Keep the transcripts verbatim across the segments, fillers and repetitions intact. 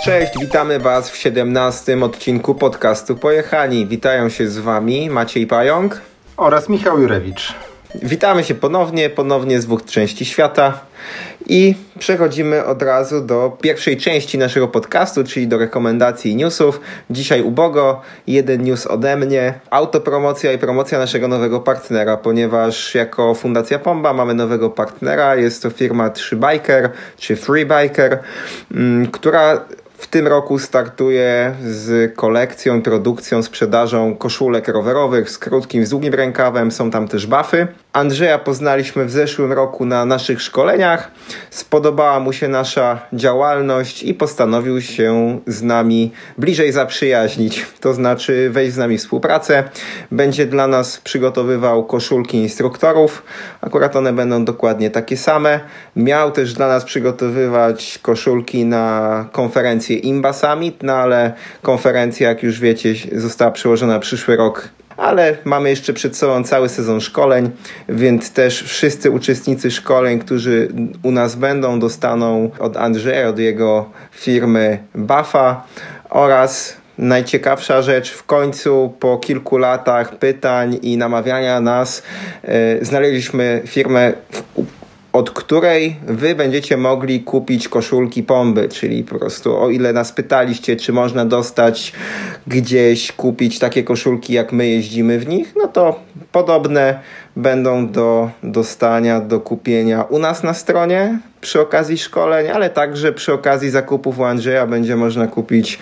Cześć, witamy Was w siedemnastym odcinku podcastu Pojechani. Witają się z Wami Maciej Pająk oraz Michał Jurewicz. Witamy się ponownie, ponownie z dwóch części świata i przechodzimy od razu do pierwszej części naszego podcastu, czyli do rekomendacji i newsów. Dzisiaj ubogo, jeden news ode mnie, autopromocja i promocja naszego nowego partnera, ponieważ jako Fundacja Pomba mamy nowego partnera, jest to firma trzy Biker, czy Free Biker, która w tym roku startuje z kolekcją, produkcją, sprzedażą koszulek rowerowych z krótkim, z długim rękawem. Są tam też buffy. Andrzeja poznaliśmy w zeszłym roku na naszych szkoleniach. Spodobała mu się nasza działalność i postanowił się z nami bliżej zaprzyjaźnić. To znaczy wejść z nami w współpracę. Będzie dla nas przygotowywał koszulki instruktorów. Akurat one będą dokładnie takie same. Miał też dla nas przygotowywać koszulki na konferencję Imba Summit, no ale konferencja, jak już wiecie, została przełożona na przyszły rok. Ale mamy jeszcze przed sobą cały sezon szkoleń, więc też wszyscy uczestnicy szkoleń, którzy u nas będą, dostaną od Andrzeja, od jego firmy buffa oraz najciekawsza rzecz, w końcu po kilku latach pytań i namawiania nas yy, znaleźliśmy firmę, od której wy będziecie mogli kupić koszulki Pomby, czyli po prostu o ile nas pytaliście, czy można dostać gdzieś, kupić takie koszulki, jak my jeździmy w nich, no to podobne będą do dostania, do kupienia u nas na stronie przy okazji szkoleń, ale także przy okazji zakupów u Andrzeja będzie można kupić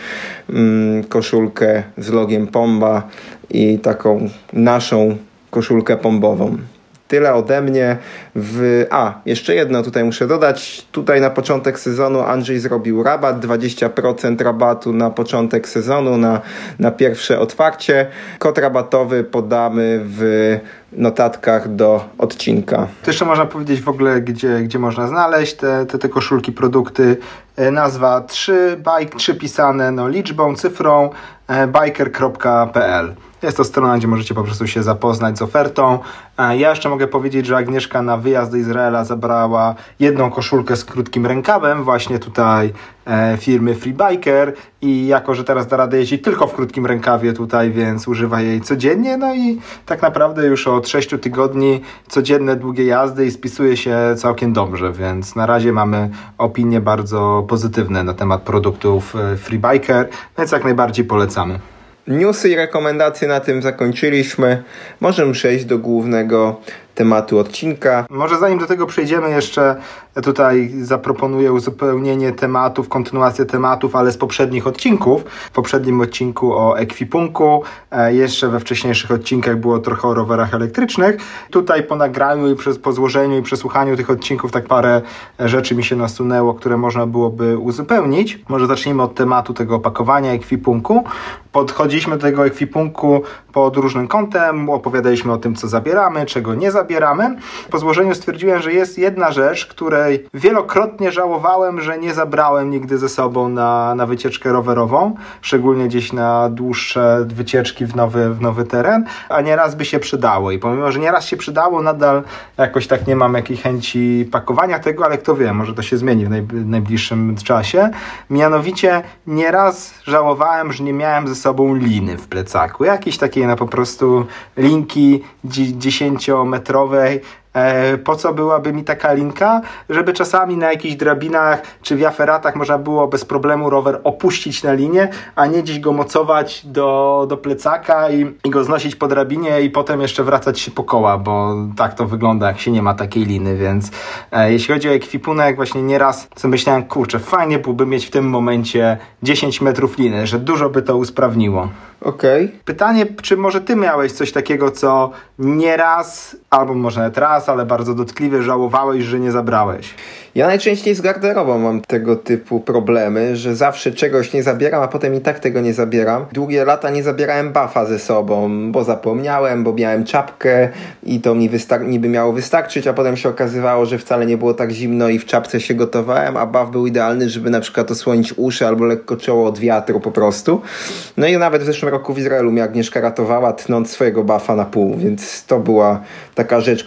mm, koszulkę z logiem Pomba i taką naszą koszulkę pombową. Tyle ode mnie. W... A, jeszcze jedno tutaj muszę dodać. Tutaj na początek sezonu Andrzej zrobił rabat, dwadzieścia procent rabatu na początek sezonu, na, na pierwsze otwarcie. Kod rabatowy podamy w notatkach do odcinka. To jeszcze można powiedzieć w ogóle, gdzie, gdzie można znaleźć te, te, te koszulki, produkty. Nazwa trzy bike, trzy pisane no, liczbą, cyfrą, biker kropka p l. Jest to strona, gdzie możecie po prostu się zapoznać z ofertą. Ja jeszcze mogę powiedzieć, że Agnieszka na wyjazd do Izraela zabrała jedną koszulkę z krótkim rękawem, właśnie tutaj e, firmy Free Biker i jako, że teraz da radę jeździć tylko w krótkim rękawie tutaj, więc używa jej codziennie, no i tak naprawdę już od sześciu tygodni codzienne długie jazdy i spisuje się całkiem dobrze, więc na razie mamy opinie bardzo pozytywne na temat produktów Free Biker, więc jak najbardziej polecamy. Newsy i rekomendacje na tym zakończyliśmy. Możemy przejść do głównego tematu odcinka. Może zanim do tego przejdziemy, jeszcze tutaj zaproponuję uzupełnienie tematów, kontynuację tematów, ale z poprzednich odcinków. W poprzednim odcinku o ekwipunku, jeszcze we wcześniejszych odcinkach było trochę o rowerach elektrycznych. Tutaj po nagraniu i przez, po złożeniu i przesłuchaniu tych odcinków tak parę rzeczy mi się nasunęło, które można byłoby uzupełnić. Może zacznijmy od tematu tego opakowania ekwipunku. Podchodziliśmy do tego ekwipunku pod różnym kątem, opowiadaliśmy o tym, co zabieramy, czego nie zabieramy. Po złożeniu stwierdziłem, że jest jedna rzecz, której wielokrotnie żałowałem, że nie zabrałem nigdy ze sobą na, na wycieczkę rowerową, szczególnie gdzieś na dłuższe wycieczki w nowy, w nowy teren, a nieraz by się przydało. I pomimo, że nieraz się przydało, nadal jakoś tak nie mam jakiej chęci pakowania tego, ale kto wie, może to się zmieni w naj, najbliższym czasie. Mianowicie nieraz żałowałem, że nie miałem ze sobą liny w plecaku. Jakieś takie na po prostu linki dziesięciometrowej. E, po co byłaby mi taka linka? Żeby czasami na jakichś drabinach czy wiaferatach można było bez problemu rower opuścić na linię, a nie gdzieś go mocować do, do plecaka i, i go znosić po drabinie i potem jeszcze wracać się po koła, bo tak to wygląda, jak się nie ma takiej liny, więc e, jeśli chodzi o ekwipunek, właśnie nieraz sobie myślałem, kurczę, fajnie byłoby mieć w tym momencie dziesięć metrów liny, że dużo by to usprawniło. Okej. Okay. Pytanie, czy może ty miałeś coś takiego, co nieraz, albo może nawet raz, ale bardzo dotkliwie żałowałeś, że nie zabrałeś? Ja najczęściej z garderobą mam tego typu problemy, że zawsze czegoś nie zabieram, a potem i tak tego nie zabieram. Długie lata nie zabierałem buffa ze sobą, bo zapomniałem, bo miałem czapkę i to mi wystar- niby miało wystarczyć, a potem się okazywało, że wcale nie było tak zimno i w czapce się gotowałem, a buff był idealny, żeby na przykład osłonić uszy albo lekko czoło od wiatru po prostu. No i nawet w zeszłym roku w Izraelu mnie Agnieszka ratowała, tnąc swojego buffa na pół, więc to była taka rzecz, której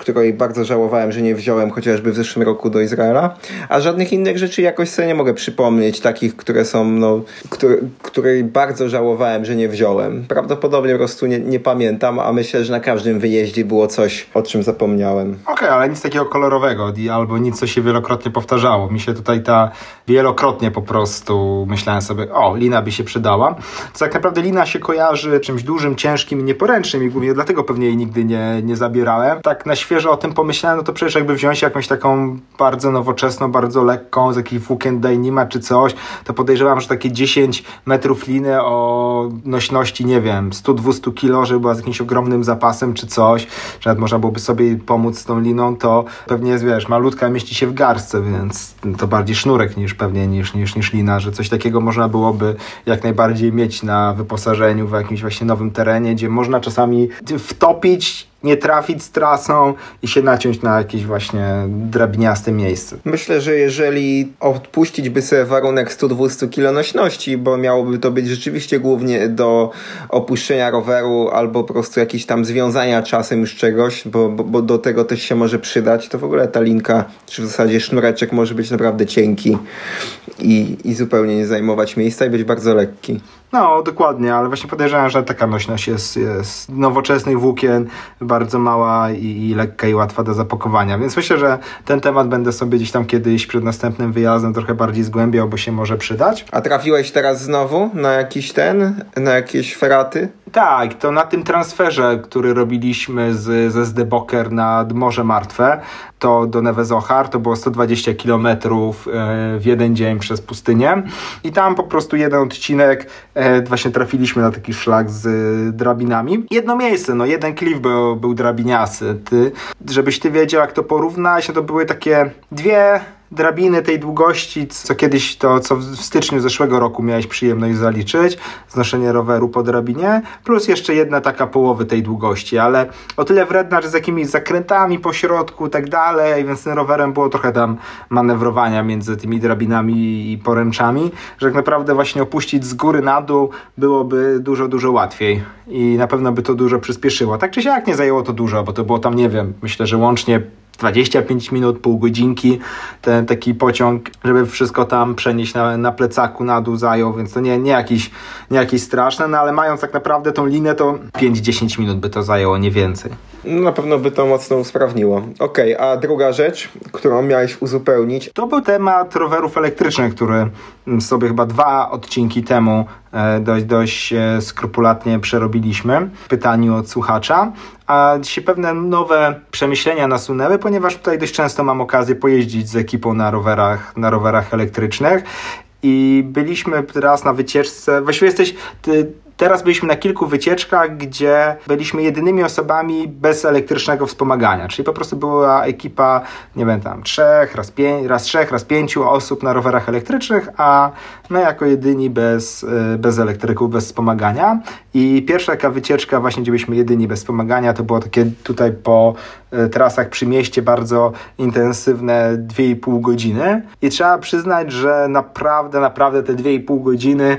bardzo żałowałem, że nie wziąłem chociażby w zeszłym roku do Izraela, a żadnych innych rzeczy jakoś sobie nie mogę przypomnieć, takich, które są, no, które, które bardzo żałowałem, że nie wziąłem. Prawdopodobnie po prostu nie, nie pamiętam, a myślę, że na każdym wyjeździe było coś, o czym zapomniałem. Okej, okay, ale nic takiego kolorowego, albo nic, co się wielokrotnie powtarzało. Mi się tutaj ta wielokrotnie po prostu myślałem sobie, o, lina by się przydała. To tak naprawdę lina się kojarzy czymś dużym, ciężkim i nieporęcznym i głównie dlatego pewnie jej nigdy nie, nie zabierałem. Tak na świeżo o tym pomyślałem, no to przecież jakby wziąć jakąś taką bardzo nowoczesną, bardzo lekką, z jakiejś włókien Dynima czy coś, to podejrzewam, że takie dziesięć metrów liny o nośności, nie wiem, sto do dwustu kilo, żeby była z jakimś ogromnym zapasem czy coś, że nawet można byłoby sobie pomóc z tą liną, to pewnie jest, wiesz, malutka, mieści się w garstce, więc to bardziej sznurek niż pewnie niż, niż, niż lina, że coś takiego można byłoby jak najbardziej mieć na wyposażeniu w jakimś właśnie nowym terenie, gdzie można czasami wtopić, nie trafić z trasą i się naciąć na jakieś właśnie drabiniaste miejsce. Myślę, że jeżeli odpuścić by sobie warunek sto do dwustu kilo nośności, bo miałoby to być rzeczywiście głównie do opuszczenia roweru albo po prostu jakieś tam związania czasem już czegoś, bo, bo, bo do tego też się może przydać, to w ogóle ta linka, czy w zasadzie sznureczek może być naprawdę cienki i, i zupełnie nie zajmować miejsca i być bardzo lekki. No, dokładnie, ale właśnie podejrzewam, że taka nośność jest, jest nowoczesnych włókien, bardzo mała i, i lekka i łatwa do zapakowania, więc myślę, że ten temat będę sobie gdzieś tam kiedyś przed następnym wyjazdem trochę bardziej zgłębiał, bo się może przydać. A trafiłeś teraz znowu na jakiś ten, na jakieś feraty? Tak, to na tym transferze, który robiliśmy z, ze S D Boker nad Morze Martwe, to do Neve Zohar, to było sto dwadzieścia kilometrów w jeden dzień przez pustynię i tam po prostu jeden odcinek właśnie trafiliśmy na taki szlak z drabinami. Jedno miejsce, no jeden klif był, był drabiniasty. Ty, żebyś ty wiedział, jak to porównać, to były takie dwie drabiny tej długości, co kiedyś to, co w styczniu zeszłego roku miałeś przyjemność zaliczyć, znoszenie roweru po drabinie, plus jeszcze jedna taka połowy tej długości, ale o tyle wredna, że z jakimiś zakrętami po środku i tak dalej, więc tym rowerem było trochę tam manewrowania między tymi drabinami i poręczami, że tak naprawdę właśnie opuścić z góry na dół byłoby dużo, dużo łatwiej i na pewno by to dużo przyspieszyło. Tak czy siak nie zajęło to dużo, bo to było tam, nie wiem, myślę, że łącznie dwadzieścia pięć minut, pół godzinki, ten taki pociąg, żeby wszystko tam przenieść na, na plecaku na dół zajął, więc to nie, nie, jakiś, nie jakieś straszne, no ale mając tak naprawdę tą linę, to pięć do dziesięciu minut by to zajęło, nie więcej. No, na pewno by to mocno usprawniło. Okej, okay, a druga rzecz, którą miałeś uzupełnić? To był temat rowerów elektrycznych, który sobie chyba dwa odcinki temu dość, dość skrupulatnie przerobiliśmy w pytaniu od słuchacza. A dzisiaj pewne nowe przemyślenia nasunęły, ponieważ tutaj dość często mam okazję pojeździć z ekipą na rowerach, na rowerach elektrycznych i byliśmy teraz na wycieczce, właściwie jesteś... Ty, Teraz byliśmy na kilku wycieczkach, gdzie byliśmy jedynymi osobami bez elektrycznego wspomagania, czyli po prostu była ekipa, nie wiem, tam trzech, raz, pię- raz trzech, raz pięciu osób na rowerach elektrycznych, a my jako jedyni bez, bez elektryków, bez wspomagania. I pierwsza taka wycieczka właśnie, gdzie byliśmy jedyni bez wspomagania, to było takie tutaj po trasach przy mieście bardzo intensywne dwie i pół godziny i trzeba przyznać, że naprawdę, naprawdę te dwie i pół godziny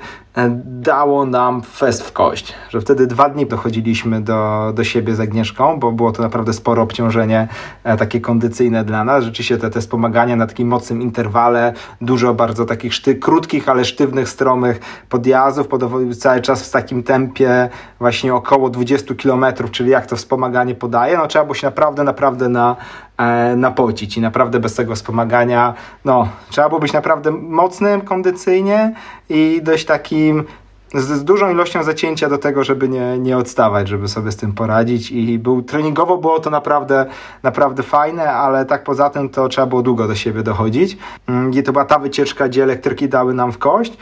dało nam fest w kość, że wtedy dwa dni dochodziliśmy do, do siebie z Agnieszką, bo było to naprawdę spore obciążenie e, takie kondycyjne dla nas. Rzeczywiście te, te wspomagania na takim mocnym interwale, dużo bardzo takich szty, krótkich, ale sztywnych, stromych podjazdów, pod, cały czas w takim tempie właśnie około dwudziestu kilometrów, czyli jak to wspomaganie podaje, no trzeba było się naprawdę, naprawdę na napocić i naprawdę bez tego wspomagania, no, trzeba było być naprawdę mocnym kondycyjnie i dość takim z, z dużą ilością zacięcia do tego, żeby nie, nie odstawać, żeby sobie z tym poradzić i był treningowo było to naprawdę, naprawdę fajne, ale tak poza tym to trzeba było długo do siebie dochodzić i to była ta wycieczka, gdzie elektryki dały nam w kość.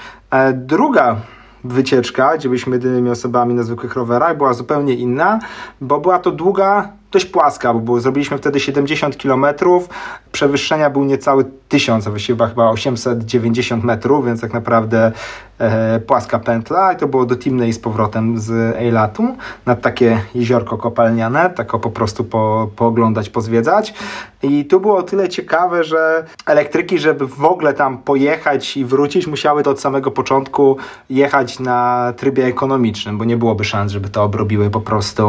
Druga wycieczka, gdzie byliśmy jedynymi osobami na zwykłych rowerach, była zupełnie inna, bo była to długa, dość płaska, bo było, zrobiliśmy wtedy siedemdziesiąt kilometrów, przewyższenia był niecały tysiąc, a właściwie chyba osiemset dziewięćdziesiąt metrów, więc tak naprawdę e, płaska pętla i to było do Timnej i z powrotem z Eilatu nad takie jeziorko kopalniane, tak o po prostu po, pooglądać, pozwiedzać i tu było o tyle ciekawe, że elektryki, żeby w ogóle tam pojechać i wrócić, musiały to od samego początku jechać na trybie ekonomicznym, bo nie byłoby szans, żeby to obrobiły po prostu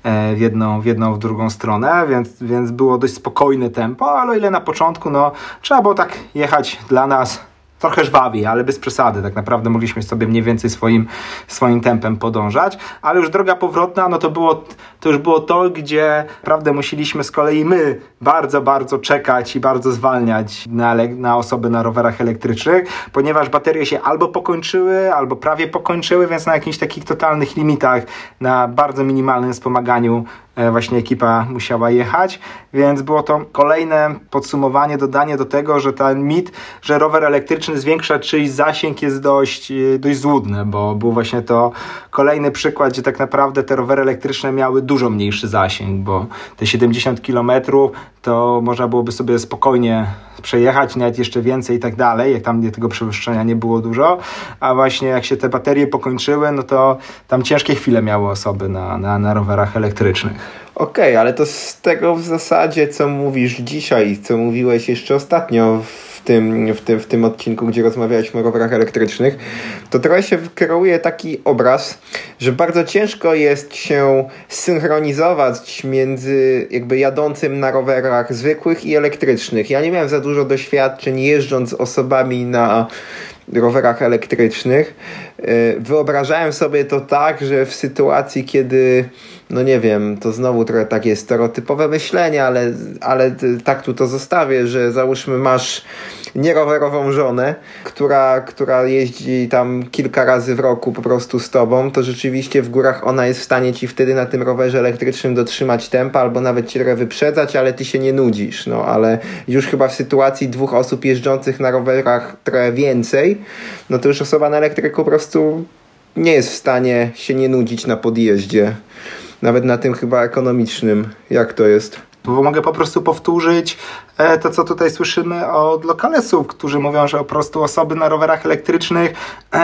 w jedną, w jedną, w drugą stronę, więc, więc było dość spokojne tempo, ale o ile na początku no, trzeba było tak jechać dla nas trochę żwawiej, ale bez przesady. Tak naprawdę mogliśmy sobie mniej więcej swoim, swoim tempem podążać, ale już droga powrotna, no to było, to już było to, gdzie naprawdę musieliśmy z kolei my bardzo, bardzo czekać i bardzo zwalniać na, na osoby na rowerach elektrycznych, ponieważ baterie się albo pokończyły, albo prawie pokończyły, więc na jakichś takich totalnych limitach, na bardzo minimalnym wspomaganiu właśnie ekipa musiała jechać, więc było to kolejne podsumowanie, dodanie do tego, że ten mit, że rower elektryczny zwiększa czyjś zasięg jest dość, dość złudny, bo był właśnie to kolejny przykład, gdzie tak naprawdę te rowery elektryczne miały dużo mniejszy zasięg, bo te siedemdziesiąt kilometrów to można byłoby sobie spokojnie przejechać, nawet jeszcze więcej i tak dalej, jak tam tego przewyższenia nie było dużo, a właśnie jak się te baterie pokończyły, no to tam ciężkie chwile miały osoby na, na, na rowerach elektrycznych. Okej, okay, ale to z tego w zasadzie, co mówisz dzisiaj, co mówiłeś jeszcze ostatnio w tym, w tym, w tym odcinku, gdzie rozmawialiśmy o rowerach elektrycznych, to trochę się kreuje taki obraz, że bardzo ciężko jest się synchronizować między jakby jadącym na rowerach zwykłych i elektrycznych. Ja nie miałem za dużo doświadczeń jeżdżąc z osobami na rowerach elektrycznych. Wyobrażałem sobie to tak, że w sytuacji, kiedy no nie wiem, to znowu trochę takie stereotypowe myślenie, ale, ale tak tu to zostawię, że załóżmy masz nierowerową żonę, która, która jeździ tam kilka razy w roku po prostu z tobą, to rzeczywiście w górach ona jest w stanie ci wtedy na tym rowerze elektrycznym dotrzymać tempa albo nawet cię trochę wyprzedzać, ale ty się nie nudzisz. No ale już chyba w sytuacji dwóch osób jeżdżących na rowerach trochę więcej, no to już osoba na elektryku po prostu nie jest w stanie się nie nudzić na podjeździe. Nawet na tym chyba ekonomicznym. Jak to jest? Bo mogę po prostu powtórzyć to, co tutaj słyszymy od lokalesów, którzy mówią, że po prostu osoby na rowerach elektrycznych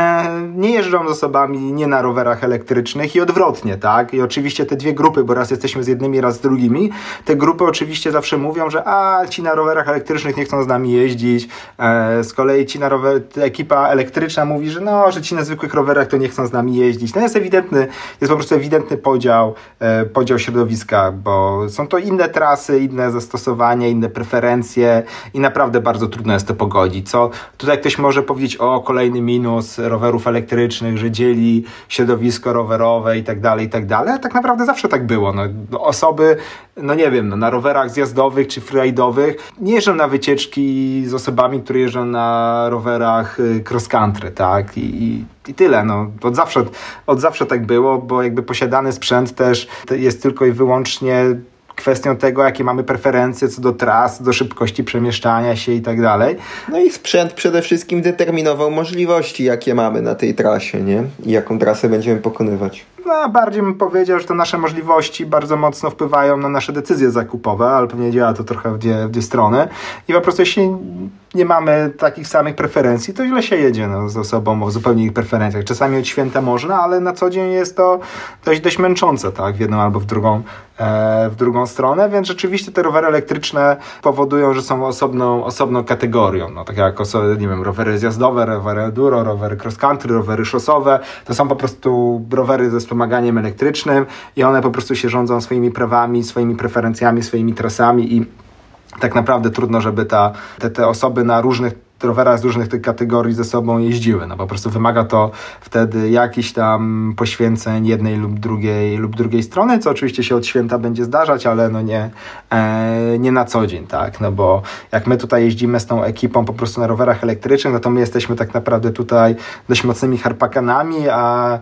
nie jeżdżą z osobami nie na rowerach elektrycznych i odwrotnie, tak? I oczywiście te dwie grupy, bo raz jesteśmy z jednymi, raz z drugimi, te grupy oczywiście zawsze mówią, że a, ci na rowerach elektrycznych nie chcą z nami jeździć, z kolei ci na rower, ekipa elektryczna mówi, że no, że ci na zwykłych rowerach to nie chcą z nami jeździć. No jest ewidentny, jest po prostu ewidentny podział, podział środowiska, bo są to inne trasy, inne zastosowania, inne preferencje i naprawdę bardzo trudno jest to pogodzić. Co tutaj ktoś może powiedzieć, o, kolejny minus rowerów elektrycznych, że dzieli środowisko rowerowe i tak dalej, i tak dalej. A tak naprawdę zawsze tak było. No, osoby, no nie wiem, no, na rowerach zjazdowych czy freeridowych nie jeżdżą na wycieczki z osobami, które jeżdżą na rowerach cross country, tak? I, i I tyle, no. Od zawsze, od zawsze tak było, bo jakby posiadany sprzęt też jest tylko i wyłącznie kwestią tego, jakie mamy preferencje co do tras, do szybkości przemieszczania się i tak dalej. No i sprzęt przede wszystkim determinował możliwości, jakie mamy na tej trasie, nie? I jaką trasę będziemy pokonywać. No, bardziej bym powiedział, że te nasze możliwości bardzo mocno wpływają na nasze decyzje zakupowe, ale pewnie działa to trochę w dwie, w dwie strony. I po prostu jeśli nie mamy takich samych preferencji, to źle się jedzie no, z osobą o zupełnie innych preferencjach. Czasami od święta można, ale na co dzień jest to dość, dość męczące, tak? W jedną albo w drugą, e, w drugą stronę, więc rzeczywiście te rowery elektryczne powodują, że są osobną, osobną kategorią. No, tak jak osoby, nie wiem, rowery zjazdowe, rowery enduro, rowery cross country, rowery szosowe, to są po prostu rowery ze wspomaganiem elektrycznym i one po prostu się rządzą swoimi prawami, swoimi preferencjami, swoimi trasami i tak naprawdę trudno, żeby ta, te, te osoby na różnych rowerach z różnych tych kategorii ze sobą jeździły. No po prostu wymaga to wtedy jakichś tam poświęceń jednej lub drugiej lub drugiej strony, co oczywiście się od święta będzie zdarzać, ale no nie, e, nie na co dzień, tak? No bo jak my tutaj jeździmy z tą ekipą po prostu na rowerach elektrycznych, no to my jesteśmy tak naprawdę tutaj dość mocnymi harpakanami, a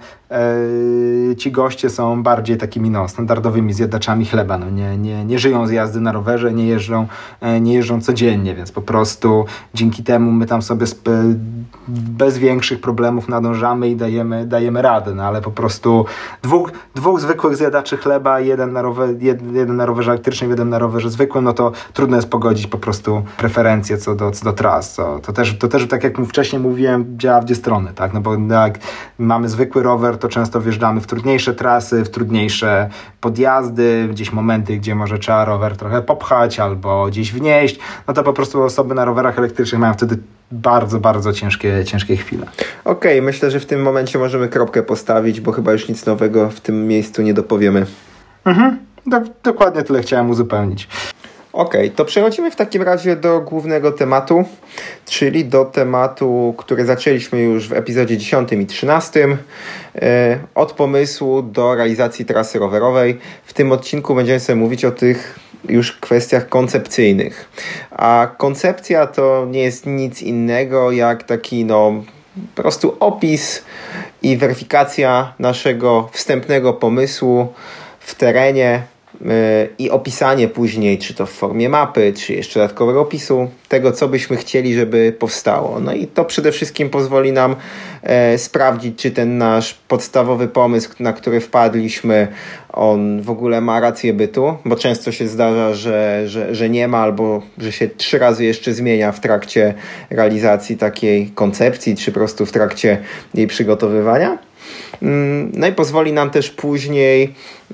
e, ci goście są bardziej takimi no, standardowymi zjadaczami chleba. No nie, nie, nie żyją z jazdy na rowerze, nie jeżdżą, e, nie jeżdżą codziennie, więc po prostu dzięki temu my tam sobie sp- bez większych problemów nadążamy i dajemy, dajemy radę, no ale po prostu dwóch, dwóch zwykłych zjadaczy chleba, jeden na, rower, jed, jeden na rowerze elektrycznym, jeden na rowerze zwykłym, no to trudno jest pogodzić po prostu preferencje co do, co do tras. Co, to, też, to też, tak jak wcześniej mówiłem, działa w dwie strony, tak? No bo jak mamy zwykły rower, to często wjeżdżamy w trudniejsze trasy, w trudniejsze podjazdy, gdzieś momenty, gdzie może trzeba rower trochę popchać albo gdzieś wnieść, no to po prostu osoby na rowerach elektrycznych mają wtedy bardzo, bardzo ciężkie, ciężkie chwile. Okej, okay, myślę, że w tym momencie możemy kropkę postawić, bo chyba już nic nowego w tym miejscu nie dopowiemy. Mhm. Do, dokładnie tyle chciałem uzupełnić. Okej, okay, to przechodzimy w takim razie do głównego tematu, czyli do tematu, który zaczęliśmy już w epizodzie dziesiątym i trzynastym. Od pomysłu do realizacji trasy rowerowej. W tym odcinku będziemy sobie mówić o tych już kwestiach koncepcyjnych. A koncepcja to nie jest nic innego jak taki no po prostu opis i weryfikacja naszego wstępnego pomysłu w terenie i opisanie później, czy to w formie mapy, czy jeszcze dodatkowego opisu tego, co byśmy chcieli, żeby powstało. No i to przede wszystkim pozwoli nam e, sprawdzić, czy ten nasz podstawowy pomysł, na który wpadliśmy, on w ogóle ma rację bytu, bo często się zdarza, że, że, że nie ma, albo że się trzy razy jeszcze zmienia w trakcie realizacji takiej koncepcji, czy po prostu w trakcie jej przygotowywania. No i pozwoli nam też później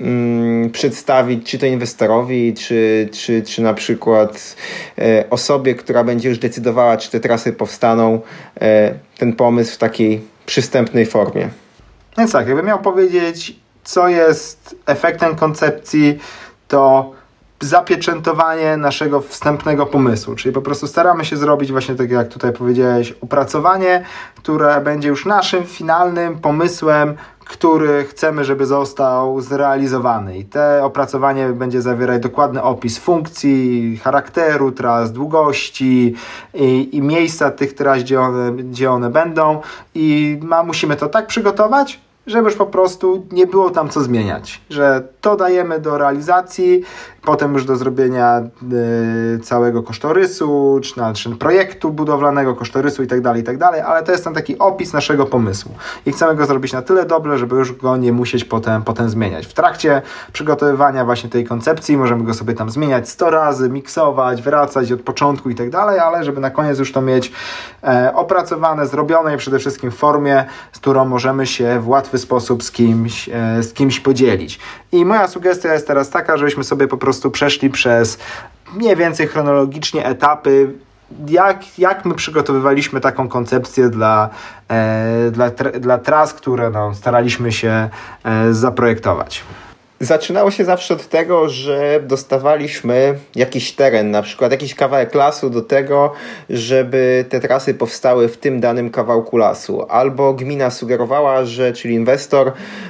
um, przedstawić czy to inwestorowi, czy, czy, czy na przykład e, osobie, która będzie już decydowała, czy te trasy powstaną, e, ten pomysł w takiej przystępnej formie. Więc tak, jakbym miał powiedzieć, co jest efektem koncepcji, to zapieczętowanie naszego wstępnego pomysłu, czyli po prostu staramy się zrobić właśnie tak jak tutaj powiedziałeś, opracowanie, które będzie już naszym finalnym pomysłem, który chcemy, żeby został zrealizowany. I te opracowanie będzie zawierać dokładny opis funkcji, charakteru tras, długości i, i miejsca tych tras, gdzie one, gdzie one będą i ma, musimy to tak przygotować, żeby już po prostu nie było tam co zmieniać, że to dajemy do realizacji, potem już do zrobienia y, całego kosztorysu, czy, na, czy projektu budowlanego, kosztorysu i tak dalej, i tak dalej, ale to jest tam taki opis naszego pomysłu i chcemy go zrobić na tyle dobrze, żeby już go nie musieć potem, potem zmieniać. W trakcie przygotowywania właśnie tej koncepcji możemy go sobie tam zmieniać sto razy, miksować, wracać od początku i tak dalej, ale żeby na koniec już to mieć e, opracowane, zrobione i przede wszystkim w formie, z którą możemy się w łatwy sposób z kimś, e, z kimś podzielić. I moja sugestia jest teraz taka, żebyśmy sobie po prostu przeszli przez mniej więcej chronologicznie etapy, jak, jak my przygotowywaliśmy taką koncepcję dla, e, dla, dla tras, które no, staraliśmy się e, zaprojektować. Zaczynało się zawsze od tego, że dostawaliśmy jakiś teren, na przykład jakiś kawałek lasu do tego, żeby te trasy powstały w tym danym kawałku lasu. Albo gmina sugerowała, że, czyli inwestor,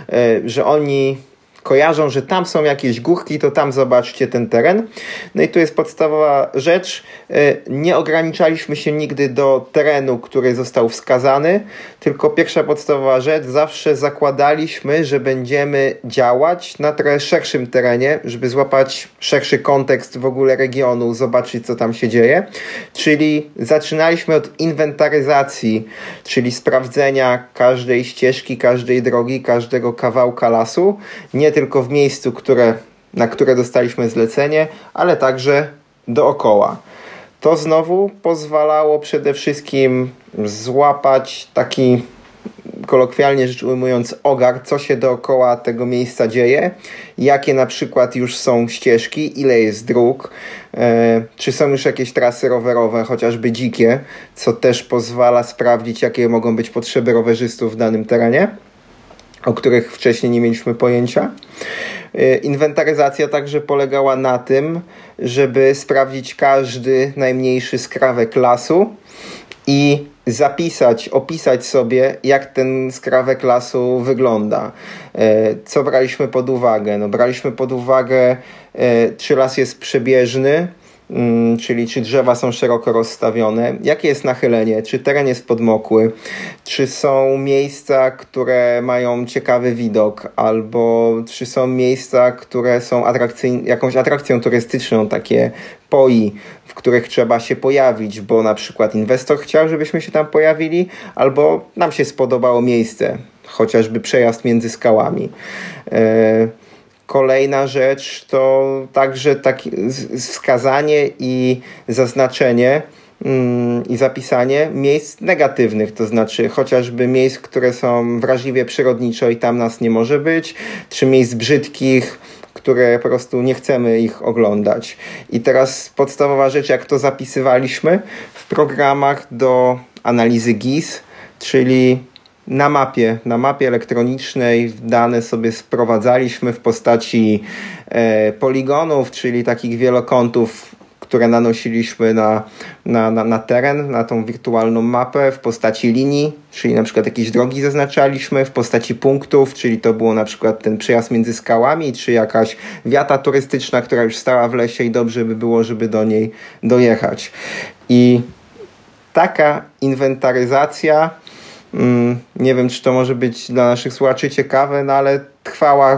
że oni kojarzą, że tam są jakieś górki, to tam zobaczcie ten teren. No i tu jest podstawowa rzecz. Nie ograniczaliśmy się nigdy do terenu, który został wskazany, tylko pierwsza podstawowa rzecz, zawsze zakładaliśmy, że będziemy działać na trochę szerszym terenie, żeby złapać szerszy kontekst w ogóle regionu, zobaczyć, co tam się dzieje. Czyli zaczynaliśmy od inwentaryzacji, czyli sprawdzenia każdej ścieżki, każdej drogi, każdego kawałka lasu, nie tylko w miejscu, które, na które dostaliśmy zlecenie, ale także dookoła. To znowu pozwalało przede wszystkim złapać taki, kolokwialnie rzecz ujmując, ogar, co się dookoła tego miejsca dzieje, jakie na przykład już są ścieżki, ile jest dróg, e, czy są już jakieś trasy rowerowe, chociażby dzikie, co też pozwala sprawdzić, jakie mogą być potrzeby rowerzystów w danym terenie, o których wcześniej nie mieliśmy pojęcia. Inwentaryzacja także polegała na tym, żeby sprawdzić każdy najmniejszy skrawek lasu i zapisać, opisać sobie, jak ten skrawek lasu wygląda. Co braliśmy pod uwagę? No, braliśmy pod uwagę, czy las jest przebieżny, czyli czy drzewa są szeroko rozstawione, jakie jest nachylenie, czy teren jest podmokły, czy są miejsca, które mają ciekawy widok, albo czy są miejsca, które są atrakcyjne, jakąś atrakcją turystyczną, takie poi, w których trzeba się pojawić, bo na przykład inwestor chciał, żebyśmy się tam pojawili, albo nam się spodobało miejsce, chociażby przejazd między skałami. Yy, Kolejna rzecz to także takie wskazanie i zaznaczenie mm, i zapisanie miejsc negatywnych, to znaczy chociażby miejsc, które są wrażliwie przyrodniczo i tam nas nie może być, czy miejsc brzydkich, które po prostu nie chcemy ich oglądać. I teraz podstawowa rzecz, jak to zapisywaliśmy w programach do analizy G I S, czyli na mapie, na mapie elektronicznej dane sobie sprowadzaliśmy w postaci e, poligonów, czyli takich wielokątów, które nanosiliśmy na, na, na, na teren, na tą wirtualną mapę, w postaci linii, czyli na przykład jakieś drogi zaznaczaliśmy, w postaci punktów, czyli to było na przykład ten przejazd między skałami, czy jakaś wiata turystyczna, która już stała w lesie i dobrze by było, żeby do niej dojechać. I taka inwentaryzacja, mm, nie wiem, czy to może być dla naszych słuchaczy ciekawe, no ale trwała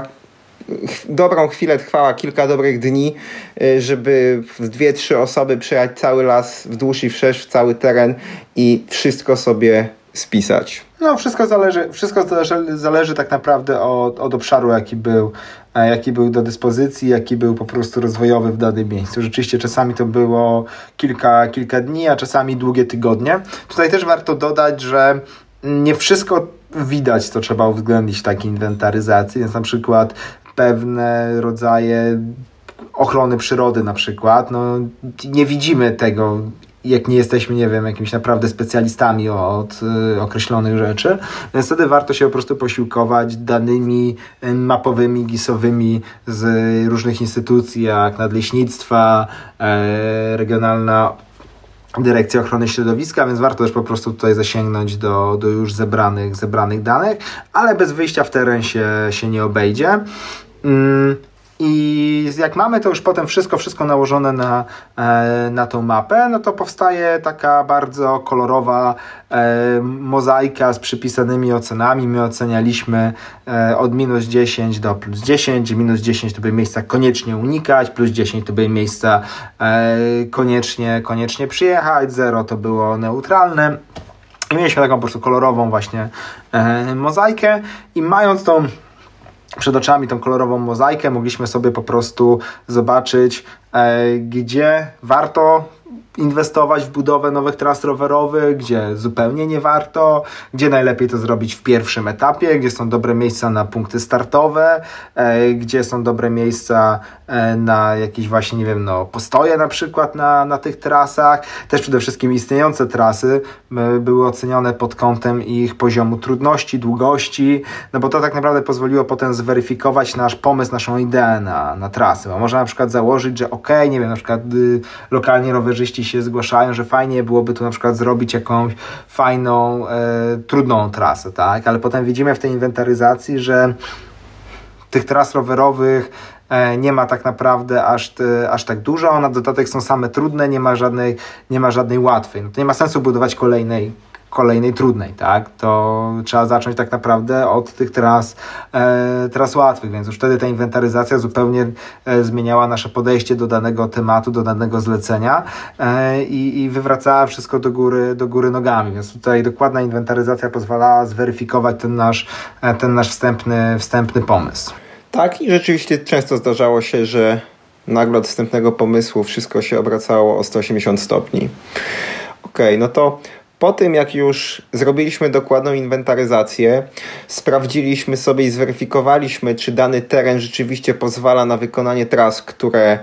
dobrą chwilę, trwała kilka dobrych dni, żeby w dwie, trzy osoby przejechać cały las wzdłuż i wszerz, cały teren i wszystko sobie spisać. No wszystko zależy, wszystko zależy, zależy tak naprawdę od, od obszaru, jaki był, jaki był do dyspozycji, jaki był po prostu rozwojowy w danym miejscu. Rzeczywiście czasami to było kilka, kilka dni, a czasami długie tygodnie. Tutaj też warto dodać, że nie wszystko widać, co trzeba uwzględnić w takiej inwentaryzacji, więc na przykład pewne rodzaje ochrony przyrody na przykład, no nie widzimy tego, jak nie jesteśmy, nie wiem, jakimiś naprawdę specjalistami od y, określonych rzeczy, więc wtedy warto się po prostu posiłkować danymi y, mapowymi, gisowymi z różnych instytucji, jak Nadleśnictwa, y, Regionalna Dyrekcja Ochrony Środowiska, więc warto też po prostu tutaj zasięgnąć do, do już zebranych, zebranych danych, ale bez wyjścia w teren się, się nie obejdzie. Mm. I jak mamy to już potem wszystko, wszystko nałożone na, na tą mapę, no to powstaje taka bardzo kolorowa e, mozaika z przypisanymi ocenami. My ocenialiśmy e, od minus dziesięć do plus dziesięć. Minus dziesięć to były miejsca koniecznie unikać, plus dziesięć to były miejsca e, koniecznie, koniecznie przyjechać, zero to było neutralne. I mieliśmy taką po prostu kolorową właśnie e, mozaikę i mając tą przed oczami tą kolorową mozaikę mogliśmy sobie po prostu zobaczyć, e, gdzie warto inwestować w budowę nowych tras rowerowych, gdzie zupełnie nie warto, gdzie najlepiej to zrobić w pierwszym etapie, gdzie są dobre miejsca na punkty startowe, e, gdzie są dobre miejsca e, na jakieś właśnie, nie wiem, no postoje na przykład na, na tych trasach. Też przede wszystkim istniejące trasy e, były ocenione pod kątem ich poziomu trudności, długości, no bo to tak naprawdę pozwoliło potem zweryfikować nasz pomysł, naszą ideę na, na trasy. Bo można na przykład założyć, że okej, okay, nie wiem, na przykład y, lokalnie rowerzyści się zgłaszają, że fajnie byłoby tu na przykład zrobić jakąś fajną, e, trudną trasę, tak? Ale potem widzimy w tej inwentaryzacji, że tych tras rowerowych e, nie ma tak naprawdę aż, te, aż tak dużo, na dodatek są same trudne, nie ma żadnej, nie ma żadnej łatwej. No to nie ma sensu budować kolejnej kolejnej trudnej, tak? To trzeba zacząć tak naprawdę od tych tras, e, tras łatwych, więc już wtedy ta inwentaryzacja zupełnie e, zmieniała nasze podejście do danego tematu, do danego zlecenia e, i, i wywracała wszystko do góry, do góry nogami, więc tutaj dokładna inwentaryzacja pozwalała zweryfikować ten nasz, e, ten nasz wstępny, wstępny pomysł. Tak, i rzeczywiście często zdarzało się, że nagle od wstępnego pomysłu wszystko się obracało o sto osiemdziesiąt stopni. Okej, okay, no to po tym, jak już zrobiliśmy dokładną inwentaryzację, sprawdziliśmy sobie i zweryfikowaliśmy, czy dany teren rzeczywiście pozwala na wykonanie tras, które,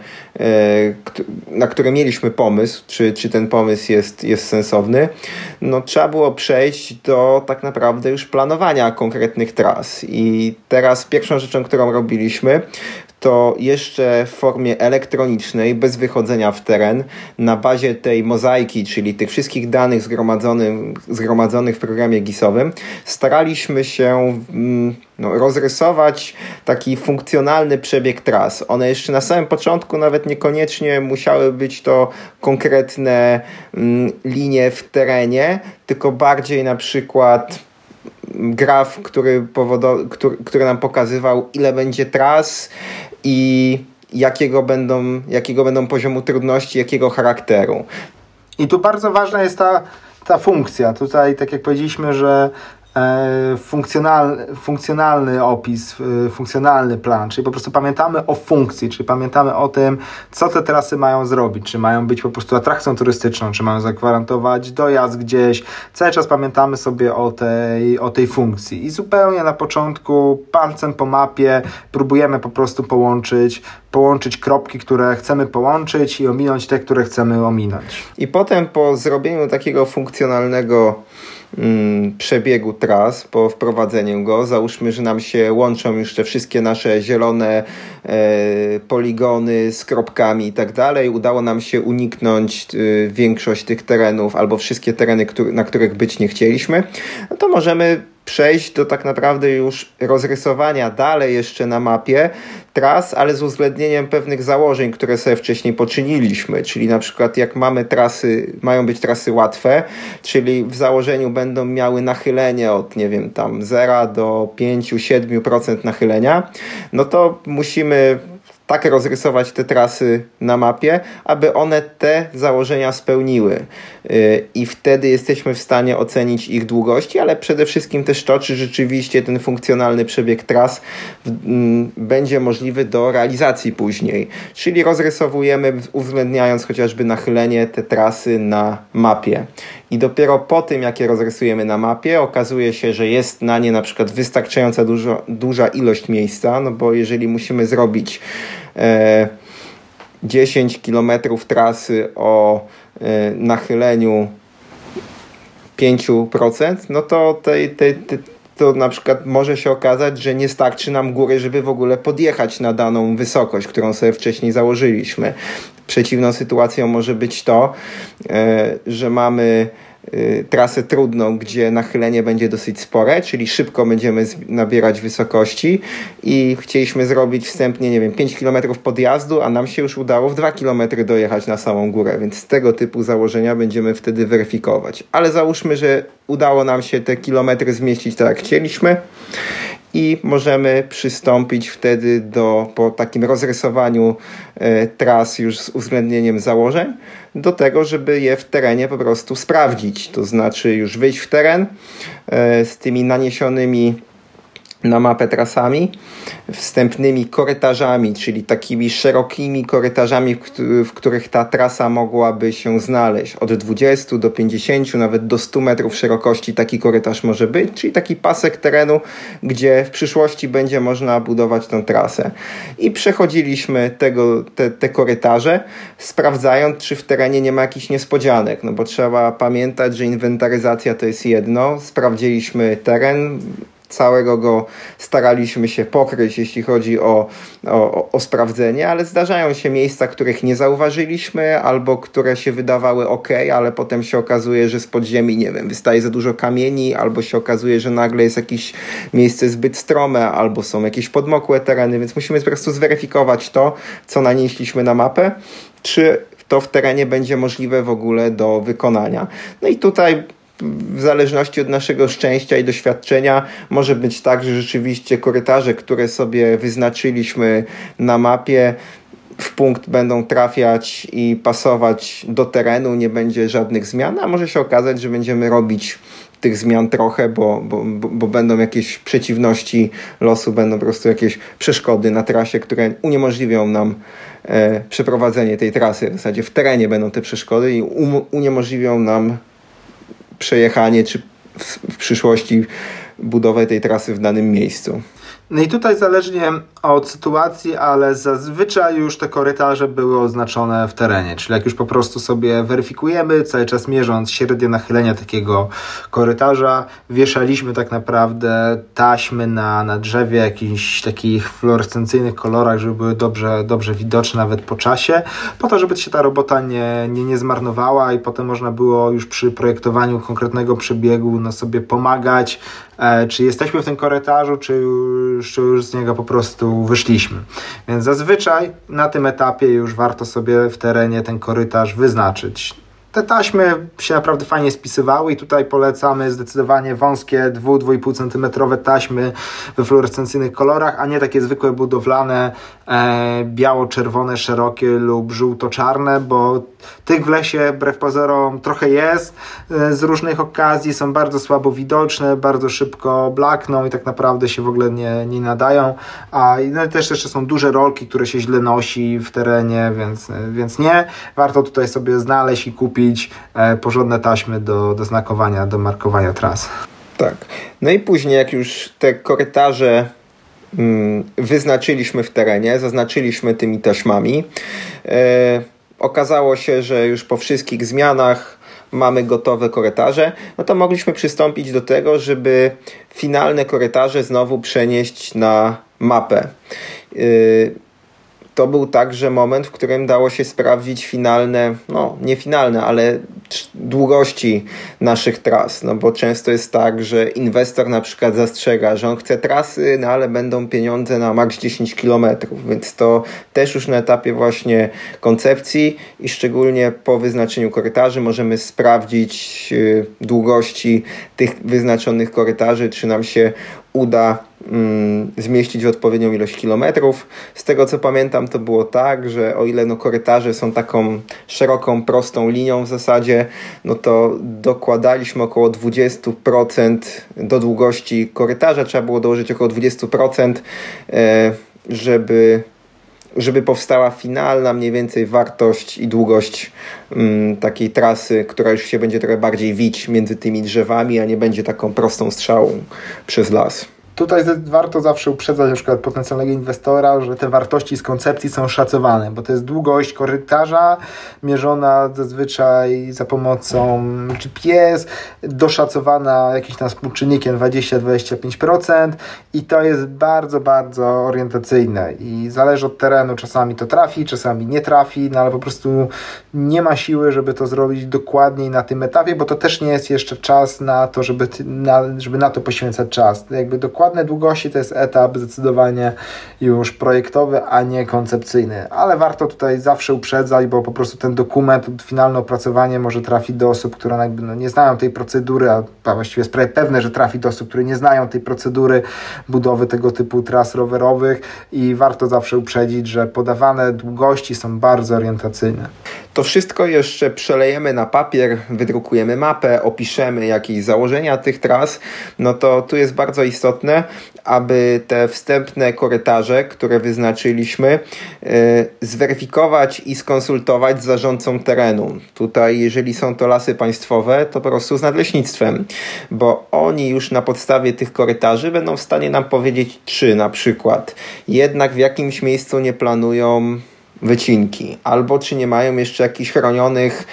na które mieliśmy pomysł, czy, czy ten pomysł jest, jest sensowny, no trzeba było przejść do tak naprawdę już planowania konkretnych tras. I teraz pierwszą rzeczą, którą robiliśmy, to jeszcze w formie elektronicznej, bez wychodzenia w teren, na bazie tej mozaiki, czyli tych wszystkich danych zgromadzonych, zgromadzonych w programie gisowym, staraliśmy się no, rozrysować taki funkcjonalny przebieg tras. One jeszcze na samym początku nawet niekoniecznie musiały być to konkretne mm, linie w terenie, tylko bardziej na przykład graf, który, powodo- który, który nam pokazywał, ile będzie tras i jakiego będą, jakiego będą poziomu trudności, jakiego charakteru. I tu bardzo ważna jest ta, ta funkcja. Tutaj, tak jak powiedzieliśmy, że Funkcjonalny, funkcjonalny opis, funkcjonalny plan, czyli po prostu pamiętamy o funkcji, czyli pamiętamy o tym, co te trasy mają zrobić, czy mają być po prostu atrakcją turystyczną, czy mają zagwarantować dojazd gdzieś. Cały czas pamiętamy sobie o tej, o tej funkcji i zupełnie na początku palcem po mapie próbujemy po prostu połączyć połączyć kropki, które chcemy połączyć i ominąć te, które chcemy ominąć. I potem po zrobieniu takiego funkcjonalnego mm, przebiegu tras, po wprowadzeniu go, załóżmy, że nam się łączą już te wszystkie nasze zielone e, poligony z kropkami i tak dalej, udało nam się uniknąć e, większość tych terenów albo wszystkie tereny, który, na których być nie chcieliśmy, no to możemy przejść do tak naprawdę już rozrysowania dalej jeszcze na mapie tras, ale z uwzględnieniem pewnych założeń, które sobie wcześniej poczyniliśmy, czyli na przykład jak mamy trasy, mają być trasy łatwe, czyli w założeniu będą miały nachylenie od, nie wiem, tam zera do pięć do siedmiu procent nachylenia, no to musimy tak rozrysować te trasy na mapie, aby one te założenia spełniły. I wtedy jesteśmy w stanie ocenić ich długości, ale przede wszystkim też to, czy rzeczywiście ten funkcjonalny przebieg tras będzie możliwy do realizacji później. Czyli rozrysowujemy, uwzględniając chociażby nachylenie, te trasy na mapie. I dopiero po tym, jak je rozrysujemy na mapie, okazuje się, że jest na nie na przykład wystarczająca dużo, duża ilość miejsca, no bo jeżeli musimy zrobić e, dziesięć kilometrów trasy o e, nachyleniu pięć procent, no to tej, tej, tej, to na przykład może się okazać, że nie starczy nam góry, żeby w ogóle podjechać na daną wysokość, którą sobie wcześniej założyliśmy. Przeciwną sytuacją może być to, że mamy trasę trudną, gdzie nachylenie będzie dosyć spore, czyli szybko będziemy nabierać wysokości i chcieliśmy zrobić wstępnie, nie wiem, pięć kilometrów podjazdu, a nam się już udało w dwa kilometry dojechać na samą górę, więc tego typu założenia będziemy wtedy weryfikować. Ale załóżmy, że udało nam się te kilometry zmieścić tak jak chcieliśmy i możemy przystąpić wtedy do, po takim rozrysowaniu e, tras już z uwzględnieniem założeń, do tego, żeby je w terenie po prostu sprawdzić. To znaczy już wyjść w teren e, z tymi naniesionymi na mapę trasami, wstępnymi korytarzami, czyli takimi szerokimi korytarzami, w których ta trasa mogłaby się znaleźć. Od dwudziestu do pięćdziesięciu, nawet do stu metrów szerokości taki korytarz może być, czyli taki pasek terenu, gdzie w przyszłości będzie można budować tą trasę. I przechodziliśmy tego, te, te korytarze, sprawdzając, czy w terenie nie ma jakichś niespodzianek, no bo trzeba pamiętać, że inwentaryzacja to jest jedno. Sprawdziliśmy teren, całego go staraliśmy się pokryć, jeśli chodzi o, o, o sprawdzenie, ale zdarzają się miejsca, których nie zauważyliśmy, albo które się wydawały ok, ale potem się okazuje, że z podziemi, nie wiem, wystaje za dużo kamieni, albo się okazuje, że nagle jest jakieś miejsce zbyt strome, albo są jakieś podmokłe tereny, więc musimy po prostu zweryfikować to, co nanieśliśmy na mapę, czy to w terenie będzie możliwe w ogóle do wykonania. No i tutaj w zależności od naszego szczęścia i doświadczenia może być tak, że rzeczywiście korytarze, które sobie wyznaczyliśmy na mapie, w punkt będą trafiać i pasować do terenu, nie będzie żadnych zmian, a może się okazać, że będziemy robić tych zmian trochę, bo, bo, bo, bo będą jakieś przeciwności losu, będą po prostu jakieś przeszkody na trasie, które uniemożliwią nam e, przeprowadzenie tej trasy. W zasadzie w terenie będą te przeszkody i um, uniemożliwią nam przejechanie, czy w, w przyszłości budowę tej trasy w danym miejscu. No i tutaj zależnie od sytuacji, ale zazwyczaj już te korytarze były oznaczone w terenie, czyli jak już po prostu sobie weryfikujemy, cały czas mierząc średnie nachylenia takiego korytarza, wieszaliśmy tak naprawdę taśmy na, na drzewie w jakichś takich fluorescencyjnych kolorach, żeby były dobrze, dobrze widoczne nawet po czasie, po to, żeby się ta robota nie, nie, nie zmarnowała i potem można było już przy projektowaniu konkretnego przebiegu no sobie pomagać, e, czy jesteśmy w tym korytarzu, czy już, czy już z niego po prostu wyszliśmy. Więc zazwyczaj na tym etapie już warto sobie w terenie ten korytarz wyznaczyć. Te taśmy się naprawdę fajnie spisywały i tutaj polecamy zdecydowanie wąskie dwa do dwóch i pół centymetrowe taśmy we fluorescencyjnych kolorach, a nie takie zwykłe budowlane, e, biało-czerwone, szerokie lub żółto-czarne, bo tych w lesie wbrew pozorom trochę jest e, z różnych okazji, są bardzo słabo widoczne, bardzo szybko blakną i tak naprawdę się w ogóle nie, nie nadają, a no, też jeszcze są duże rolki, które się źle nosi w terenie, więc, więc nie. Warto tutaj sobie znaleźć i kupić porządne taśmy do, do znakowania, do markowania tras. Tak. No i później jak już te korytarze wyznaczyliśmy w terenie, zaznaczyliśmy tymi taśmami. Okazało się, że już po wszystkich zmianach mamy gotowe korytarze, no to mogliśmy przystąpić do tego, żeby finalne korytarze znowu przenieść na mapę. To był także moment, w którym dało się sprawdzić finalne, no nie finalne, ale długości naszych tras, no bo często jest tak, że inwestor na przykład zastrzega, że on chce trasy, no ale będą pieniądze na maks dziesięć kilometrów, więc to też już na etapie właśnie koncepcji i szczególnie po wyznaczeniu korytarzy możemy sprawdzić yy, długości tych wyznaczonych korytarzy, czy nam się uda mm, zmieścić w odpowiednią ilość kilometrów. Z tego co pamiętam, to było tak, że o ile no, korytarze są taką szeroką, prostą linią w zasadzie, no to dokładaliśmy około dwadzieścia procent do długości korytarza. Trzeba było dołożyć około dwadzieścia procent, e, żeby żeby powstała finalna mniej więcej wartość i długość mm, takiej trasy, która już się będzie trochę bardziej wić między tymi drzewami, a nie będzie taką prostą strzałą przez las. Tutaj warto zawsze uprzedzać na przykład potencjalnego inwestora, że te wartości z koncepcji są szacowane, bo to jest długość korytarza mierzona zazwyczaj za pomocą G P S, doszacowana jakimś tam współczynnikiem dwadzieścia do dwudziestu pięciu procent i to jest bardzo, bardzo orientacyjne i zależy od terenu, czasami to trafi, czasami nie trafi, no ale po prostu nie ma siły, żeby to zrobić dokładniej na tym etapie, bo to też nie jest jeszcze czas na to, żeby na, żeby na to poświęcać czas. Jakby dokładnie Dokładne długości to jest etap zdecydowanie już projektowy, a nie koncepcyjny. Ale warto tutaj zawsze uprzedzać, bo po prostu ten dokument, finalne opracowanie może trafić do osób, które jakby no nie znają tej procedury, a właściwie jest prawie pewne, że trafi do osób, które nie znają tej procedury budowy tego typu tras rowerowych i warto zawsze uprzedzić, że podawane długości są bardzo orientacyjne. To wszystko jeszcze przelejemy na papier, wydrukujemy mapę, opiszemy jakieś założenia tych tras, no to tu jest bardzo istotne, aby te wstępne korytarze, które wyznaczyliśmy, yy, zweryfikować i skonsultować z zarządcą terenu. Tutaj, jeżeli są to lasy państwowe, to po prostu z nadleśnictwem, bo oni już na podstawie tych korytarzy będą w stanie nam powiedzieć, czy na przykład jednak w jakimś miejscu nie planują wycinki, albo czy nie mają jeszcze jakichś chronionych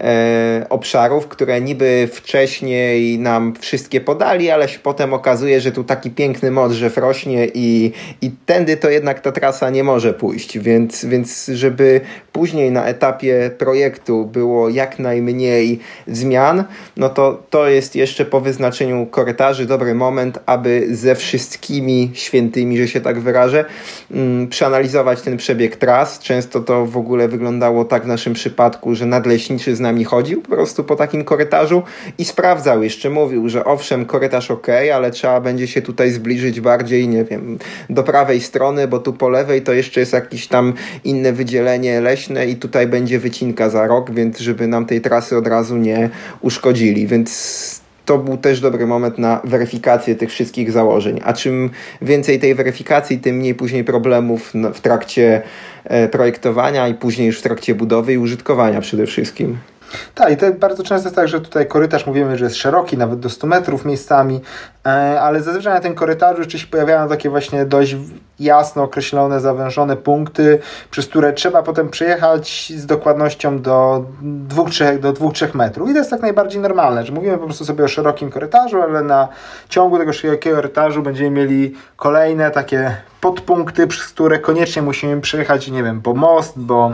e, obszarów, które niby wcześniej nam wszystkie podali, ale się potem okazuje, że tu taki piękny modrzew rośnie i, i tędy to jednak ta trasa nie może pójść, więc, więc żeby później na etapie projektu było jak najmniej zmian, no to to jest jeszcze po wyznaczeniu korytarzy dobry moment, aby ze wszystkimi świętymi, że się tak wyrażę, mm, przeanalizować ten przebieg tras. Często to w ogóle wyglądało tak w naszym przypadku, że nadleśniczy z nami chodził po prostu po takim korytarzu i sprawdzał, jeszcze mówił, że owszem, korytarz ok, ale trzeba będzie się tutaj zbliżyć bardziej, nie wiem, do prawej strony, bo tu po lewej to jeszcze jest jakieś tam inne wydzielenie leśne i tutaj będzie wycinka za rok, więc żeby nam tej trasy od razu nie uszkodzili, więc to był też dobry moment na weryfikację tych wszystkich założeń. A czym więcej tej weryfikacji, tym mniej później problemów w trakcie projektowania i później już w trakcie budowy i użytkowania przede wszystkim. Tak, i to bardzo często jest tak, że tutaj korytarz mówimy, że jest szeroki, nawet do stu metrów miejscami, ale zazwyczaj na tym korytarzu jeszcze się pojawiają takie właśnie dość jasno określone, zawężone punkty, przez które trzeba potem przejechać z dokładnością do dwóch, trzech, do dwóch, trzech metrów. I to jest tak najbardziej normalne, że mówimy po prostu sobie o szerokim korytarzu, ale na ciągu tego szerokiego korytarzu będziemy mieli kolejne takie podpunkty, przez które koniecznie musimy przejechać, nie wiem, bo most, bo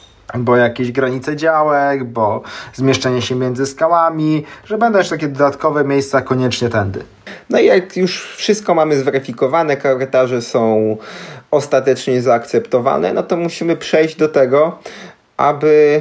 bo jakieś granice działek, bo zmieszczenie się między skałami, że będą jeszcze takie dodatkowe miejsca koniecznie tędy. No i jak już wszystko mamy zweryfikowane, korytarze są ostatecznie zaakceptowane, no to musimy przejść do tego, aby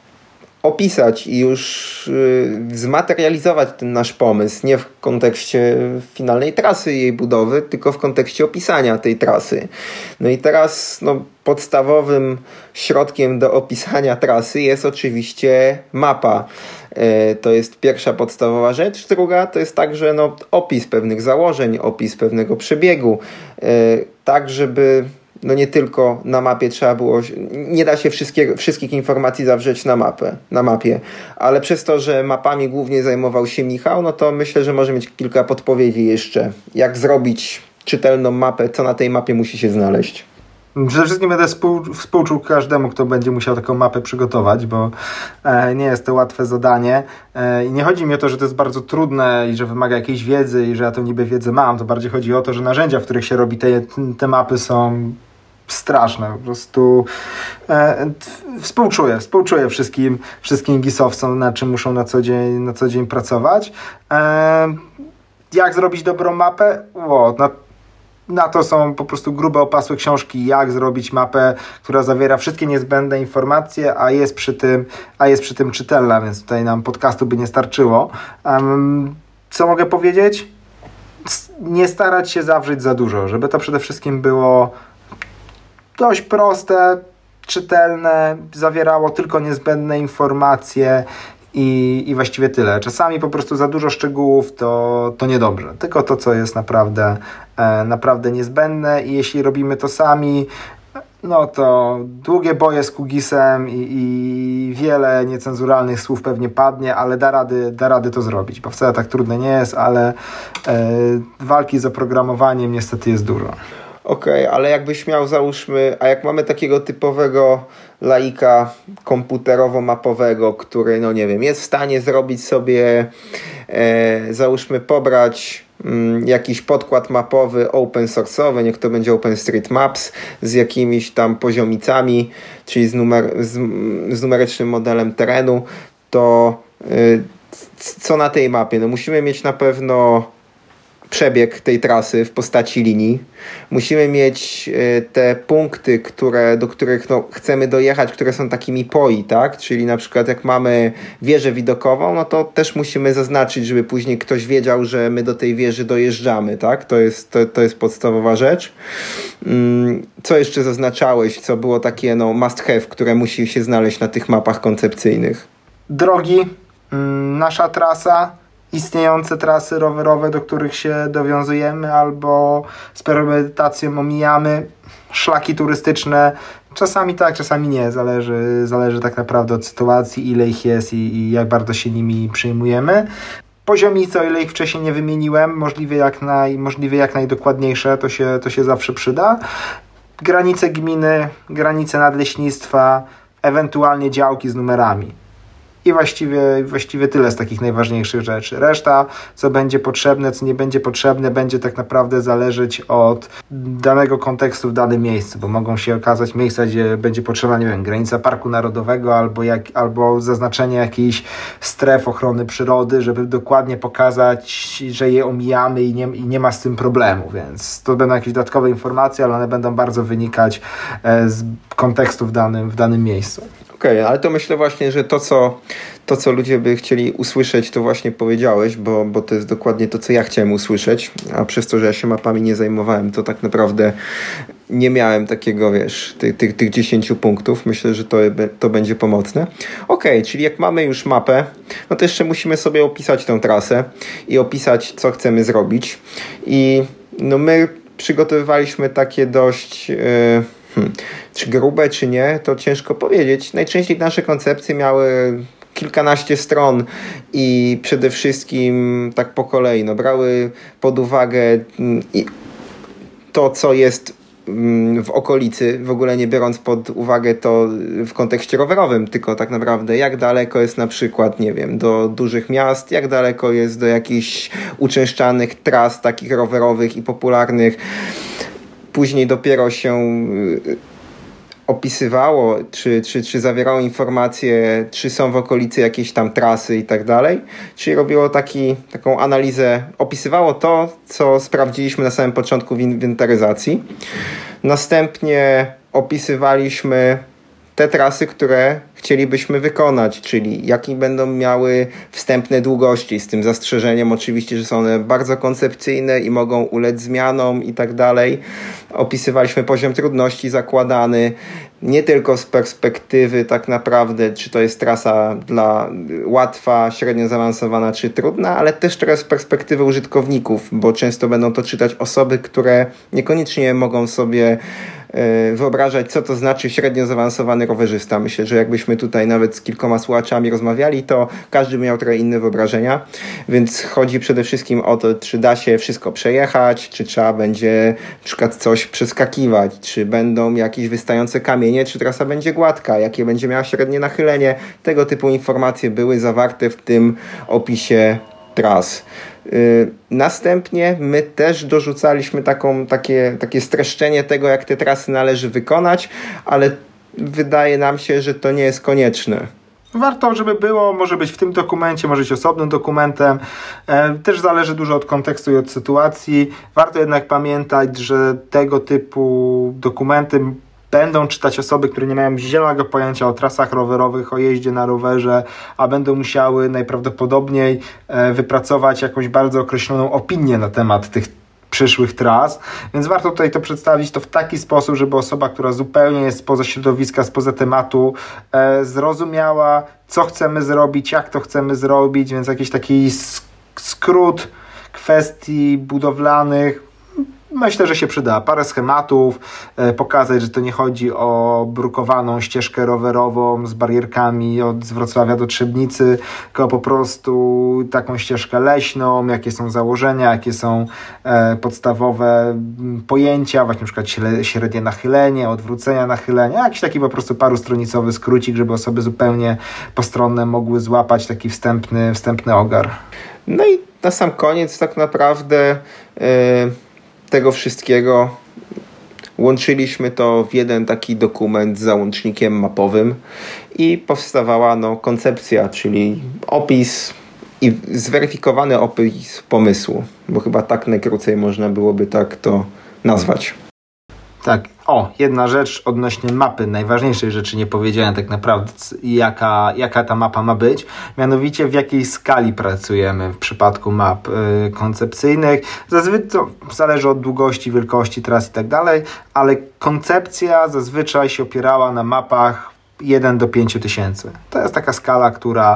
opisać i już y, zmaterializować ten nasz pomysł, nie w kontekście finalnej trasy jej budowy, tylko w kontekście opisania tej trasy. No i teraz no, podstawowym środkiem do opisania trasy jest oczywiście mapa. Y, to jest pierwsza podstawowa rzecz. Druga to jest także no, opis pewnych założeń, opis pewnego przebiegu, y, tak żeby no nie tylko na mapie trzeba było, nie da się wszystkie, wszystkich informacji zawrzeć na mapę, na mapie, ale przez to, że mapami głównie zajmował się Michał, no to myślę, że może mieć kilka podpowiedzi jeszcze, jak zrobić czytelną mapę, co na tej mapie musi się znaleźć? Przede wszystkim będę współ, współczuł każdemu, kto będzie musiał taką mapę przygotować, bo e, nie jest to łatwe zadanie. E, I nie chodzi mi o to, że to jest bardzo trudne i że wymaga jakiejś wiedzy i że ja tą niby wiedzę mam. To bardziej chodzi o to, że narzędzia, w których się robi te, te mapy, są straszne. Po prostu e, współczuję, współczuję wszystkim, wszystkim gisowcom, na czym muszą na co dzień, na co dzień pracować. E, jak zrobić dobrą mapę? O, na Na to są po prostu grube, opasłe książki, jak zrobić mapę, która zawiera wszystkie niezbędne informacje, a jest przy tym, a jest przy tym czytelna, więc tutaj nam podcastu by nie starczyło. Um, co mogę powiedzieć? Nie starać się zawrzeć za dużo, żeby to przede wszystkim było dość proste, czytelne, zawierało tylko niezbędne informacje i, i właściwie tyle. Czasami po prostu za dużo szczegółów to, to niedobrze. Tylko to, co jest naprawdę, e, naprawdę niezbędne i jeśli robimy to sami, no to długie boje z Kugisem i, i wiele niecenzuralnych słów pewnie padnie, ale da rady, da rady to zrobić, bo wcale tak trudne nie jest, ale e, walki z oprogramowaniem niestety jest dużo. Okej, okay, ale jakbyś miał, załóżmy, a jak mamy takiego typowego laika komputerowo-mapowego, który, no nie wiem, jest w stanie zrobić sobie, e, załóżmy, pobrać mm, jakiś podkład mapowy open source'owy, niech to będzie OpenStreetMaps z jakimiś tam poziomicami, czyli z, numer, z, z numerycznym modelem terenu, to y, co na tej mapie? No musimy mieć na pewno przebieg tej trasy w postaci linii. Musimy mieć te punkty, które, do których no, chcemy dojechać, które są takimi poi, tak? Czyli na przykład jak mamy wieżę widokową, no to też musimy zaznaczyć, żeby później ktoś wiedział, że my do tej wieży dojeżdżamy, tak? To jest, to, to jest podstawowa rzecz. Co jeszcze zaznaczałeś, co było takie no, must have, które musi się znaleźć na tych mapach koncepcyjnych? Drogi, nasza trasa, istniejące trasy rowerowe, do których się dowiązujemy albo z premedytacją omijamy, szlaki turystyczne, czasami tak, czasami nie, zależy, zależy tak naprawdę od sytuacji, ile ich jest i, i jak bardzo się nimi przejmujemy. Poziomice, o ile ich wcześniej nie wymieniłem, możliwie jak, naj, możliwie jak najdokładniejsze, to się, to się zawsze przyda. Granice gminy, granice nadleśnictwa, ewentualnie działki z numerami. I właściwie, właściwie tyle z takich najważniejszych rzeczy. Reszta, co będzie potrzebne, co nie będzie potrzebne, będzie tak naprawdę zależeć od danego kontekstu w danym miejscu, bo mogą się okazać miejsca, gdzie będzie potrzebna, nie wiem, granica parku narodowego albo, jak, albo zaznaczenie jakichś stref ochrony przyrody, żeby dokładnie pokazać, że je omijamy i nie, i nie ma z tym problemu, więc to będą jakieś dodatkowe informacje, ale one będą bardzo wynikać z kontekstu w danym, w danym miejscu. Okej, okay, ale to myślę właśnie, że to co, to, co ludzie by chcieli usłyszeć, to właśnie powiedziałeś, bo, bo to jest dokładnie to, co ja chciałem usłyszeć, a przez to, że ja się mapami nie zajmowałem, to tak naprawdę nie miałem takiego, wiesz, tych, tych, tych dziesięciu punktów. Myślę, że to, to będzie pomocne. Okej, okay, czyli jak mamy już mapę, no to jeszcze musimy sobie opisać tę trasę i opisać, co chcemy zrobić. I no my przygotowywaliśmy takie dość... Yy, Hmm. Czy grube, czy nie, to ciężko powiedzieć. Najczęściej nasze koncepcje miały kilkanaście stron i przede wszystkim tak po kolei no, brały pod uwagę to, co jest w okolicy, w ogóle nie biorąc pod uwagę to w kontekście rowerowym, tylko tak naprawdę jak daleko jest na przykład, nie wiem, do dużych miast, jak daleko jest do jakichś uczęszczanych tras takich rowerowych i popularnych. Później dopiero się opisywało, czy, czy, czy zawierało informacje, czy są w okolicy jakieś tam trasy i tak dalej. Czyli robiło taki, taką analizę, opisywało to, co sprawdziliśmy na samym początku w inwentaryzacji. Następnie opisywaliśmy te trasy, które chcielibyśmy wykonać, czyli jakie będą miały wstępne długości, z tym zastrzeżeniem oczywiście, że są one bardzo koncepcyjne i mogą ulec zmianom i tak dalej. Opisywaliśmy poziom trudności zakładany, nie tylko z perspektywy tak naprawdę, czy to jest trasa dla łatwa, średnio zaawansowana, czy trudna, ale też trochę z perspektywy użytkowników, bo często będą to czytać osoby, które niekoniecznie mogą sobie wyobrażać, co to znaczy średnio zaawansowany rowerzysta. Myślę, że jakbyśmy tutaj nawet z kilkoma słuchaczami rozmawiali, to każdy miał trochę inne wyobrażenia, więc chodzi przede wszystkim o to, czy da się wszystko przejechać, czy trzeba będzie na przykład coś przeskakiwać, czy będą jakieś wystające kamienie, czy trasa będzie gładka, jakie będzie miała średnie nachylenie. Tego typu informacje były zawarte w tym opisie tras. Yy, następnie my też dorzucaliśmy taką, takie, takie streszczenie tego, jak te trasy należy wykonać, ale wydaje nam się, że to nie jest konieczne. Warto, żeby było, może być w tym dokumencie, może być osobnym dokumentem. E, też zależy dużo od kontekstu i od sytuacji. Warto jednak pamiętać, że tego typu dokumenty będą czytać osoby, które nie mają zielonego pojęcia o trasach rowerowych, o jeździe na rowerze, a będą musiały najprawdopodobniej e, wypracować jakąś bardzo określoną opinię na temat tych przyszłych tras, więc warto tutaj to przedstawić to w taki sposób, żeby osoba, która zupełnie jest spoza środowiska, spoza tematu, e, zrozumiała, co chcemy zrobić, jak to chcemy zrobić, więc jakiś taki sk- skrót kwestii budowlanych myślę, że się przyda. Parę schematów, e, pokazać, że to nie chodzi o brukowaną ścieżkę rowerową z barierkami od z Wrocławia do Trzebnicy, tylko po prostu taką ścieżkę leśną, jakie są założenia, jakie są e, podstawowe pojęcia, właśnie na przykład średnie nachylenie, odwrócenia nachylenia, jakiś taki po prostu parustronicowy skrócik, żeby osoby zupełnie postronne mogły złapać taki wstępny, wstępny ogar. No i na sam koniec tak naprawdę yy... tego wszystkiego łączyliśmy to w jeden taki dokument z załącznikiem mapowym i powstawała no, koncepcja, czyli opis i zweryfikowany opis pomysłu, bo chyba tak najkrócej można byłoby tak to nazwać. Tak, o, jedna rzecz odnośnie mapy, najważniejszej rzeczy nie powiedziałem tak naprawdę, jaka, jaka ta mapa ma być, mianowicie w jakiej skali pracujemy w przypadku map y, koncepcyjnych. Zazwyczaj to zależy od długości, wielkości tras i tak dalej, ale koncepcja zazwyczaj się opierała na mapach jeden do pięciu tysięcy. To jest taka skala, która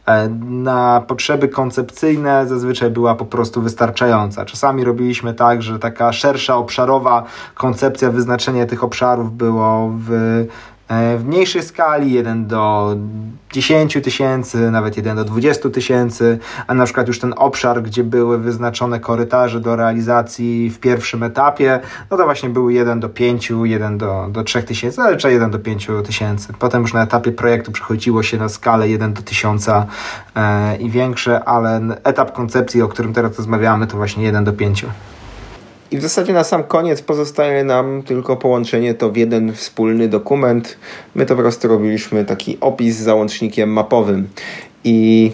na potrzeby koncepcyjne zazwyczaj była po prostu wystarczająca. Czasami robiliśmy tak, że taka szersza obszarowa koncepcja, wyznaczenie tych obszarów było w, w mniejszej skali, jeden do dziesięciu tysięcy, nawet jeden do dwudziestu tysięcy, a na przykład już ten obszar, gdzie były wyznaczone korytarze do realizacji w pierwszym etapie, no to właśnie były jeden do pięciu, jeden do trzech tysięcy, ale czy jeden do pięciu tysięcy. Potem już na etapie projektu przechodziło się na skalę jeden do tysiąca e, i większe, ale etap koncepcji, o którym teraz rozmawiamy, to właśnie jeden do pięciu. I w zasadzie na sam koniec pozostaje nam tylko połączenie to w jeden wspólny dokument. My to po prostu robiliśmy taki opis z załącznikiem mapowym. I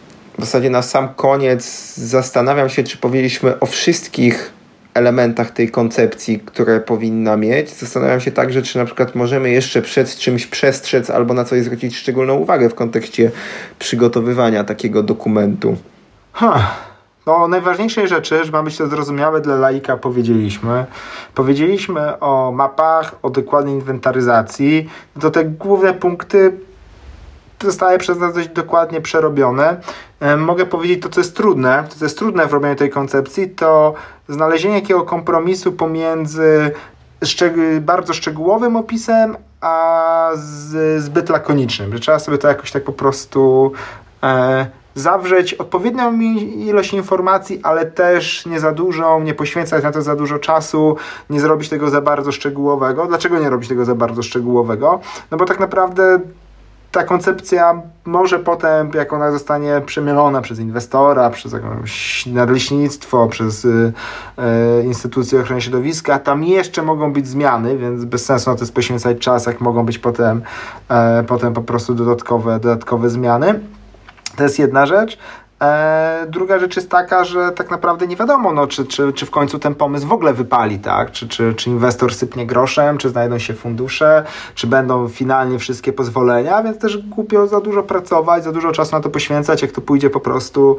w zasadzie na sam koniec zastanawiam się, czy powiedzieliśmy o wszystkich elementach tej koncepcji, które powinna mieć. Zastanawiam się także, czy na przykład możemy jeszcze przed czymś przestrzec albo na coś zwrócić szczególną uwagę w kontekście przygotowywania takiego dokumentu. Huh. No, najważniejszej rzeczy, żeby ma być to zrozumiałe dla laika, powiedzieliśmy. Powiedzieliśmy o mapach, o dokładnej inwentaryzacji. To te główne punkty zostały przez nas dość dokładnie przerobione. Mogę powiedzieć to, co jest trudne. To, co jest trudne w robieniu tej koncepcji, to znalezienie jakiego kompromisu pomiędzy szczeg- bardzo szczegółowym opisem, a z, zbyt lakonicznym. Że trzeba sobie to jakoś tak po prostu e, zawrzeć odpowiednią ilość informacji, ale też nie za dużą, nie poświęcać na to za dużo czasu, nie zrobić tego za bardzo szczegółowego. Dlaczego nie robić tego za bardzo szczegółowego? No bo tak naprawdę ta koncepcja może potem, jak ona zostanie przemielona przez inwestora, przez jakieś nadleśnictwo, przez y, y, instytucje ochrony środowiska, tam jeszcze mogą być zmiany, więc bez sensu na to jest poświęcać czas, jak mogą być potem, y, potem po prostu dodatkowe, dodatkowe zmiany. To jest jedna rzecz. E, druga rzecz jest taka, że tak naprawdę nie wiadomo, no, czy, czy, czy w końcu ten pomysł w ogóle wypali, tak? Czy, czy, czy inwestor sypnie groszem, czy znajdą się fundusze, czy będą finalnie wszystkie pozwolenia, więc też głupio za dużo pracować, za dużo czasu na to poświęcać, jak to pójdzie po prostu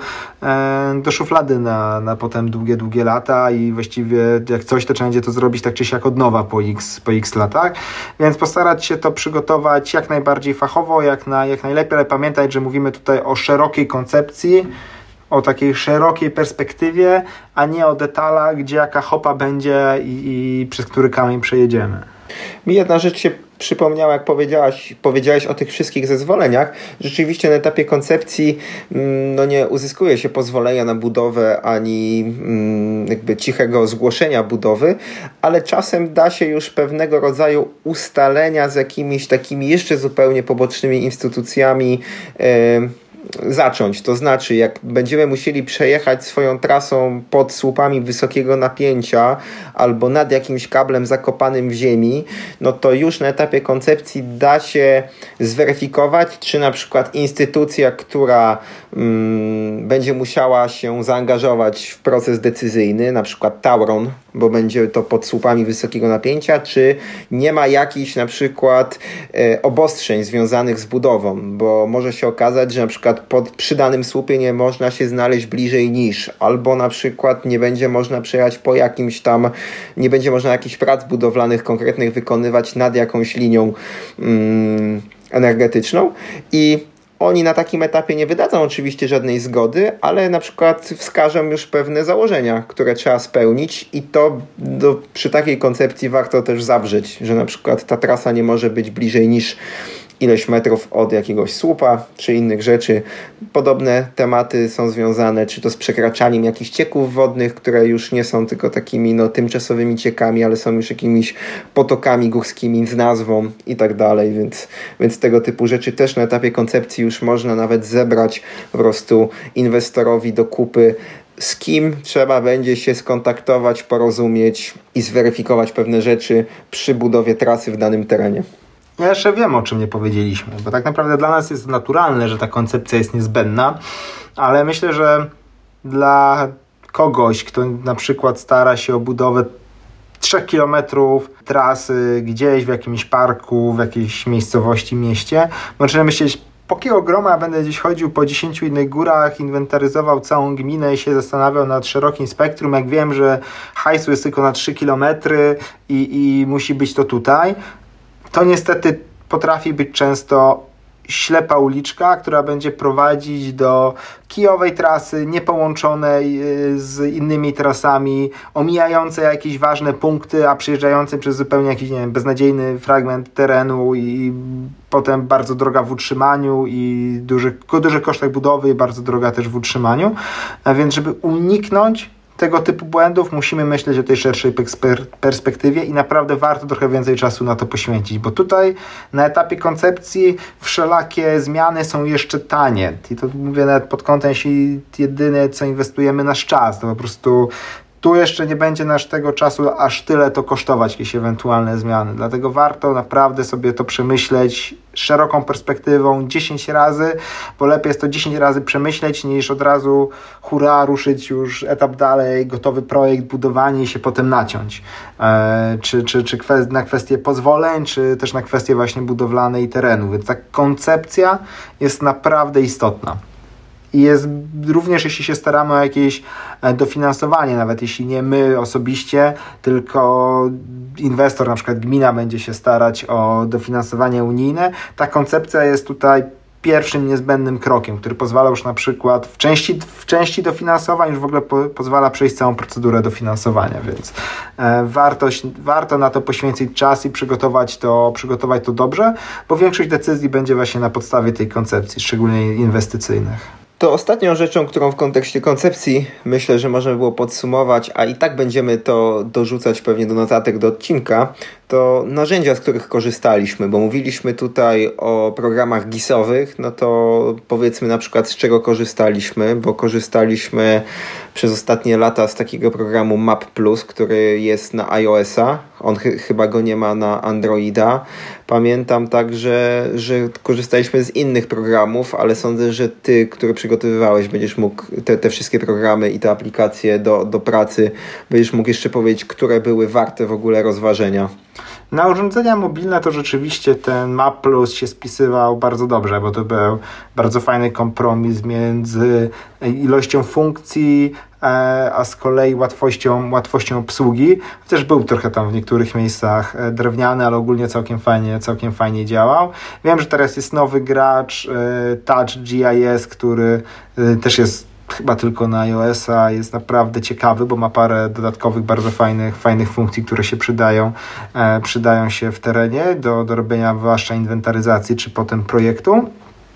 e, do szuflady na, na potem długie, długie lata i właściwie jak coś, to trzeba będzie to zrobić tak czy siak od nowa po x, po x latach, więc postarać się to przygotować jak najbardziej fachowo, jak, na, jak najlepiej, ale pamiętać, że mówimy tutaj o szerokiej koncepcji, o takiej szerokiej perspektywie, a nie o detalach, gdzie jaka hopa będzie i, i przez który kamień przejedziemy. Mi jedna rzecz się przypomniała, jak powiedziałaś, powiedziałeś o tych wszystkich zezwoleniach. Rzeczywiście na etapie koncepcji no nie uzyskuje się pozwolenia na budowę ani jakby cichego zgłoszenia budowy, ale czasem da się już pewnego rodzaju ustalenia z jakimiś takimi jeszcze zupełnie pobocznymi instytucjami yy, zacząć. To znaczy, jak będziemy musieli przejechać swoją trasą pod słupami wysokiego napięcia albo nad jakimś kablem zakopanym w ziemi, no to już na etapie koncepcji da się zweryfikować, czy na przykład instytucja, która mm, będzie musiała się zaangażować w proces decyzyjny, na przykład Tauron, bo będzie to pod słupami wysokiego napięcia, czy nie ma jakichś na przykład e, obostrzeń związanych z budową, bo może się okazać, że na przykład pod przydanym słupie nie można się znaleźć bliżej niż, albo na przykład nie będzie można przejechać po jakimś tam, nie będzie można jakichś prac budowlanych konkretnych wykonywać nad jakąś linią mm, energetyczną i oni na takim etapie nie wydadzą oczywiście żadnej zgody, ale na przykład wskażą już pewne założenia, które trzeba spełnić i to do, przy takiej koncepcji warto też zawrzeć, że na przykład ta trasa nie może być bliżej niż ileś metrów od jakiegoś słupa, czy innych rzeczy. Podobne tematy są związane czy to z przekraczaniem jakichś cieków wodnych, które już nie są tylko takimi no, tymczasowymi ciekami, ale są już jakimiś potokami górskimi z nazwą i tak dalej, więc, więc tego typu rzeczy też na etapie koncepcji już można nawet zebrać po prostu inwestorowi do kupy, z kim trzeba będzie się skontaktować, porozumieć i zweryfikować pewne rzeczy przy budowie trasy w danym terenie. Ja jeszcze wiem, o czym nie powiedzieliśmy, bo tak naprawdę dla nas jest naturalne, że ta koncepcja jest niezbędna, ale myślę, że dla kogoś, kto na przykład stara się o budowę trzech kilometrów trasy gdzieś w jakimś parku, w jakiejś miejscowości, mieście, może myśleć, po jakiego groma będę gdzieś chodził po dziesięciu innych górach, inwentaryzował całą gminę i się zastanawiał nad szerokim spektrum, jak wiem, że hajsu jest tylko na trzy kilometry i, i musi być to tutaj. To niestety potrafi być często ślepa uliczka, która będzie prowadzić do kijowej trasy, niepołączonej z innymi trasami, omijającej jakieś ważne punkty, a przyjeżdżającej przez zupełnie jakiś, nie wiem, beznadziejny fragment terenu i potem bardzo droga w utrzymaniu i duży, duży kosztach budowy i bardzo droga też w utrzymaniu. A więc żeby uniknąć tego typu błędów, musimy myśleć o tej szerszej perspektywie i naprawdę warto trochę więcej czasu na to poświęcić, bo tutaj na etapie koncepcji wszelakie zmiany są jeszcze tanie i to mówię nawet pod kątem, jeśli jedyne co inwestujemy nasz czas, to po prostu tu jeszcze nie będzie nasz tego czasu aż tyle to kosztować, jakieś ewentualne zmiany. Dlatego warto naprawdę sobie to przemyśleć szeroką perspektywą dziesięć razy, bo lepiej jest to dziesięć razy przemyśleć niż od razu hurra, ruszyć już etap dalej, gotowy projekt, budowanie i się potem naciąć. E, czy czy, czy kwest- na kwestie pozwoleń, czy też na kwestie właśnie budowlane i terenu. Więc ta koncepcja jest naprawdę istotna. I jest również, jeśli się staramy o jakieś dofinansowanie, nawet jeśli nie my osobiście, tylko inwestor, na przykład gmina będzie się starać o dofinansowanie unijne, ta koncepcja jest tutaj pierwszym niezbędnym krokiem, który pozwala już na przykład w części, w części dofinansowań już w ogóle po, pozwala przejść całą procedurę dofinansowania, więc e, warto, warto na to poświęcić czas i przygotować to, przygotować to dobrze, bo większość decyzji będzie właśnie na podstawie tej koncepcji, szczególnie inwestycyjnych. To ostatnią rzeczą, którą w kontekście koncepcji myślę, że można by było podsumować, a i tak będziemy to dorzucać pewnie do notatek do odcinka, to narzędzia, z których korzystaliśmy, bo mówiliśmy tutaj o programach gisowych, no to powiedzmy na przykład z czego korzystaliśmy, bo korzystaliśmy przez ostatnie lata z takiego programu Map Plus, który jest na iOS-a, on ch- chyba go nie ma na Androida. Pamiętam także, że korzystaliśmy z innych programów, ale sądzę, że ty, który przygotowywałeś, będziesz mógł te, te wszystkie programy i te aplikacje do, do pracy, będziesz mógł jeszcze powiedzieć, które były warte w ogóle rozważenia. Na urządzenia mobilne to rzeczywiście ten Map Plus się spisywał bardzo dobrze, bo to był bardzo fajny kompromis między ilością funkcji, a z kolei łatwością, łatwością obsługi. Chociaż był trochę tam w niektórych miejscach drewniany, ale ogólnie całkiem fajnie, całkiem fajnie działał. Wiem, że teraz jest nowy gracz Touch G I S, który też jest chyba tylko na iOS-a, jest naprawdę ciekawy, bo ma parę dodatkowych, bardzo fajnych, fajnych funkcji, które się przydają, e, przydają się w terenie do, do robienia zwłaszcza inwentaryzacji czy potem projektu.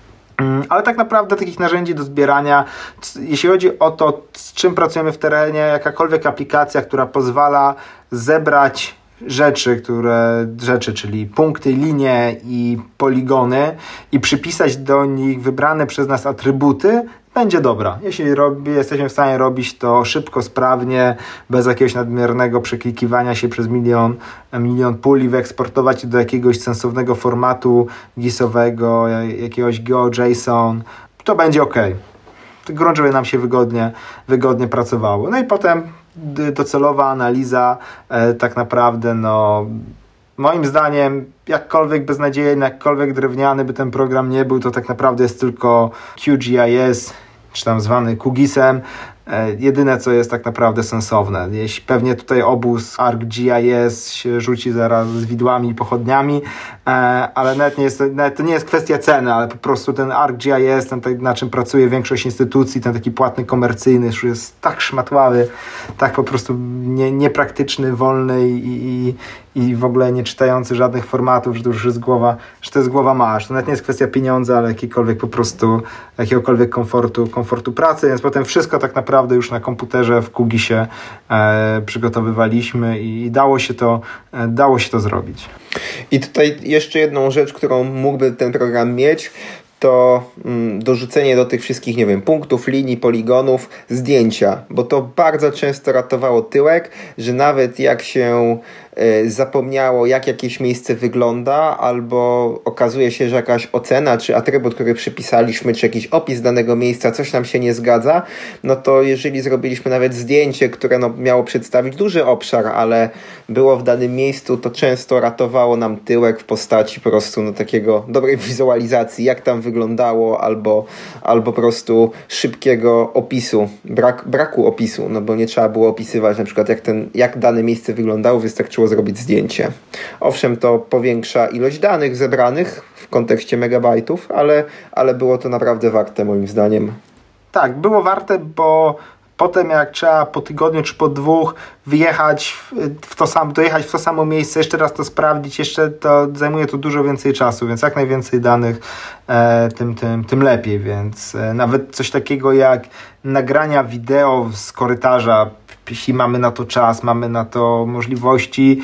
Ale tak naprawdę takich narzędzi do zbierania, jeśli chodzi o to, z czym pracujemy w terenie, jakakolwiek aplikacja, która pozwala zebrać rzeczy, które, rzeczy, czyli punkty, linie i poligony i przypisać do nich wybrane przez nas atrybuty, będzie dobra. Jeśli robi, jesteśmy w stanie robić to szybko, sprawnie, bez jakiegoś nadmiernego przeklikiwania się przez milion, milion pól i wyeksportować je do jakiegoś sensownego formatu gisowego, jakiegoś GeoJSON, to będzie ok. Grunt, żeby nam się wygodnie, wygodnie pracowało. No i potem docelowa analiza, e, tak naprawdę, no moim zdaniem, jakkolwiek beznadziejny, jakkolwiek drewniany by ten program nie był, to tak naprawdę jest tylko Q G I S, czy tam zwany QGIS-em, e, jedyne co jest tak naprawdę sensowne. Jeśli pewnie tutaj obóz ArcGIS się rzuci zaraz z widłami i pochodniami, e, ale nawet nie jest, nawet to nie jest kwestia ceny, ale po prostu ten ArcGIS, ten, na czym pracuje większość instytucji, ten taki płatny, komercyjny, już jest tak szmatławy, tak po prostu nie, niepraktyczny, wolny i, i, i w ogóle nie czytający żadnych formatów, że to już jest głowa, że to jest głowa masz. To nawet nie jest kwestia pieniądza, ale jakikolwiek po prostu, jakiegokolwiek komfortu, komfortu pracy, więc potem wszystko tak naprawdę już na komputerze w QGIS-ie e, przygotowywaliśmy i dało się to, e, dało się to zrobić. I tutaj jeszcze jedną rzecz, którą mógłby ten program mieć, to mm, dorzucenie do tych wszystkich, nie wiem, punktów, linii, poligonów, zdjęcia, bo to bardzo często ratowało tyłek, że nawet jak się y, zapomniało, jak jakieś miejsce wygląda, albo okazuje się, że jakaś ocena, czy atrybut, który przypisaliśmy, czy jakiś opis danego miejsca, coś nam się nie zgadza, no to jeżeli zrobiliśmy nawet zdjęcie, które no, miało przedstawić duży obszar, ale było w danym miejscu, to często ratowało nam tyłek w postaci po prostu no, takiego dobrej wizualizacji, jak tam wyglądało, albo, albo po prostu szybkiego opisu, brak, braku opisu, no bo nie trzeba było opisywać na przykład jak, ten, jak dane miejsce wyglądało, wystarczyło zrobić zdjęcie. Owszem, to powiększa ilość danych zebranych w kontekście megabajtów, ale, ale było to naprawdę warte moim zdaniem. Tak, było warte, bo potem jak trzeba po tygodniu czy po dwóch wyjechać w, w to samo, dojechać w to samo miejsce, jeszcze raz to sprawdzić, jeszcze to zajmuje to dużo więcej czasu, więc jak najwięcej danych, e, tym, tym, tym lepiej, więc e, nawet coś takiego jak nagrania wideo z korytarza, jeśli mamy na to czas, mamy na to możliwości,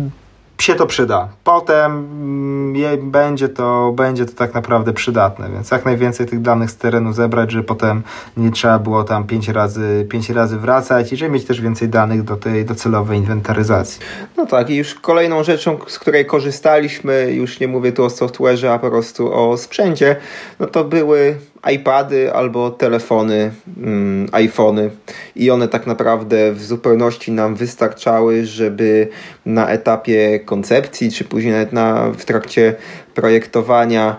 się to przyda. Potem je, będzie, to, będzie to tak naprawdę przydatne, więc jak najwięcej tych danych z terenu zebrać, żeby potem nie trzeba było tam pięć razy, pięć razy wracać i żeby mieć też więcej danych do tej docelowej inwentaryzacji. No tak, i już kolejną rzeczą, z której korzystaliśmy, już nie mówię tu o software'ze, a po prostu o sprzęcie, no to były iPady albo telefony, mm, iPhony i one tak naprawdę w zupełności nam wystarczały, żeby na etapie koncepcji, czy później nawet na, w trakcie projektowania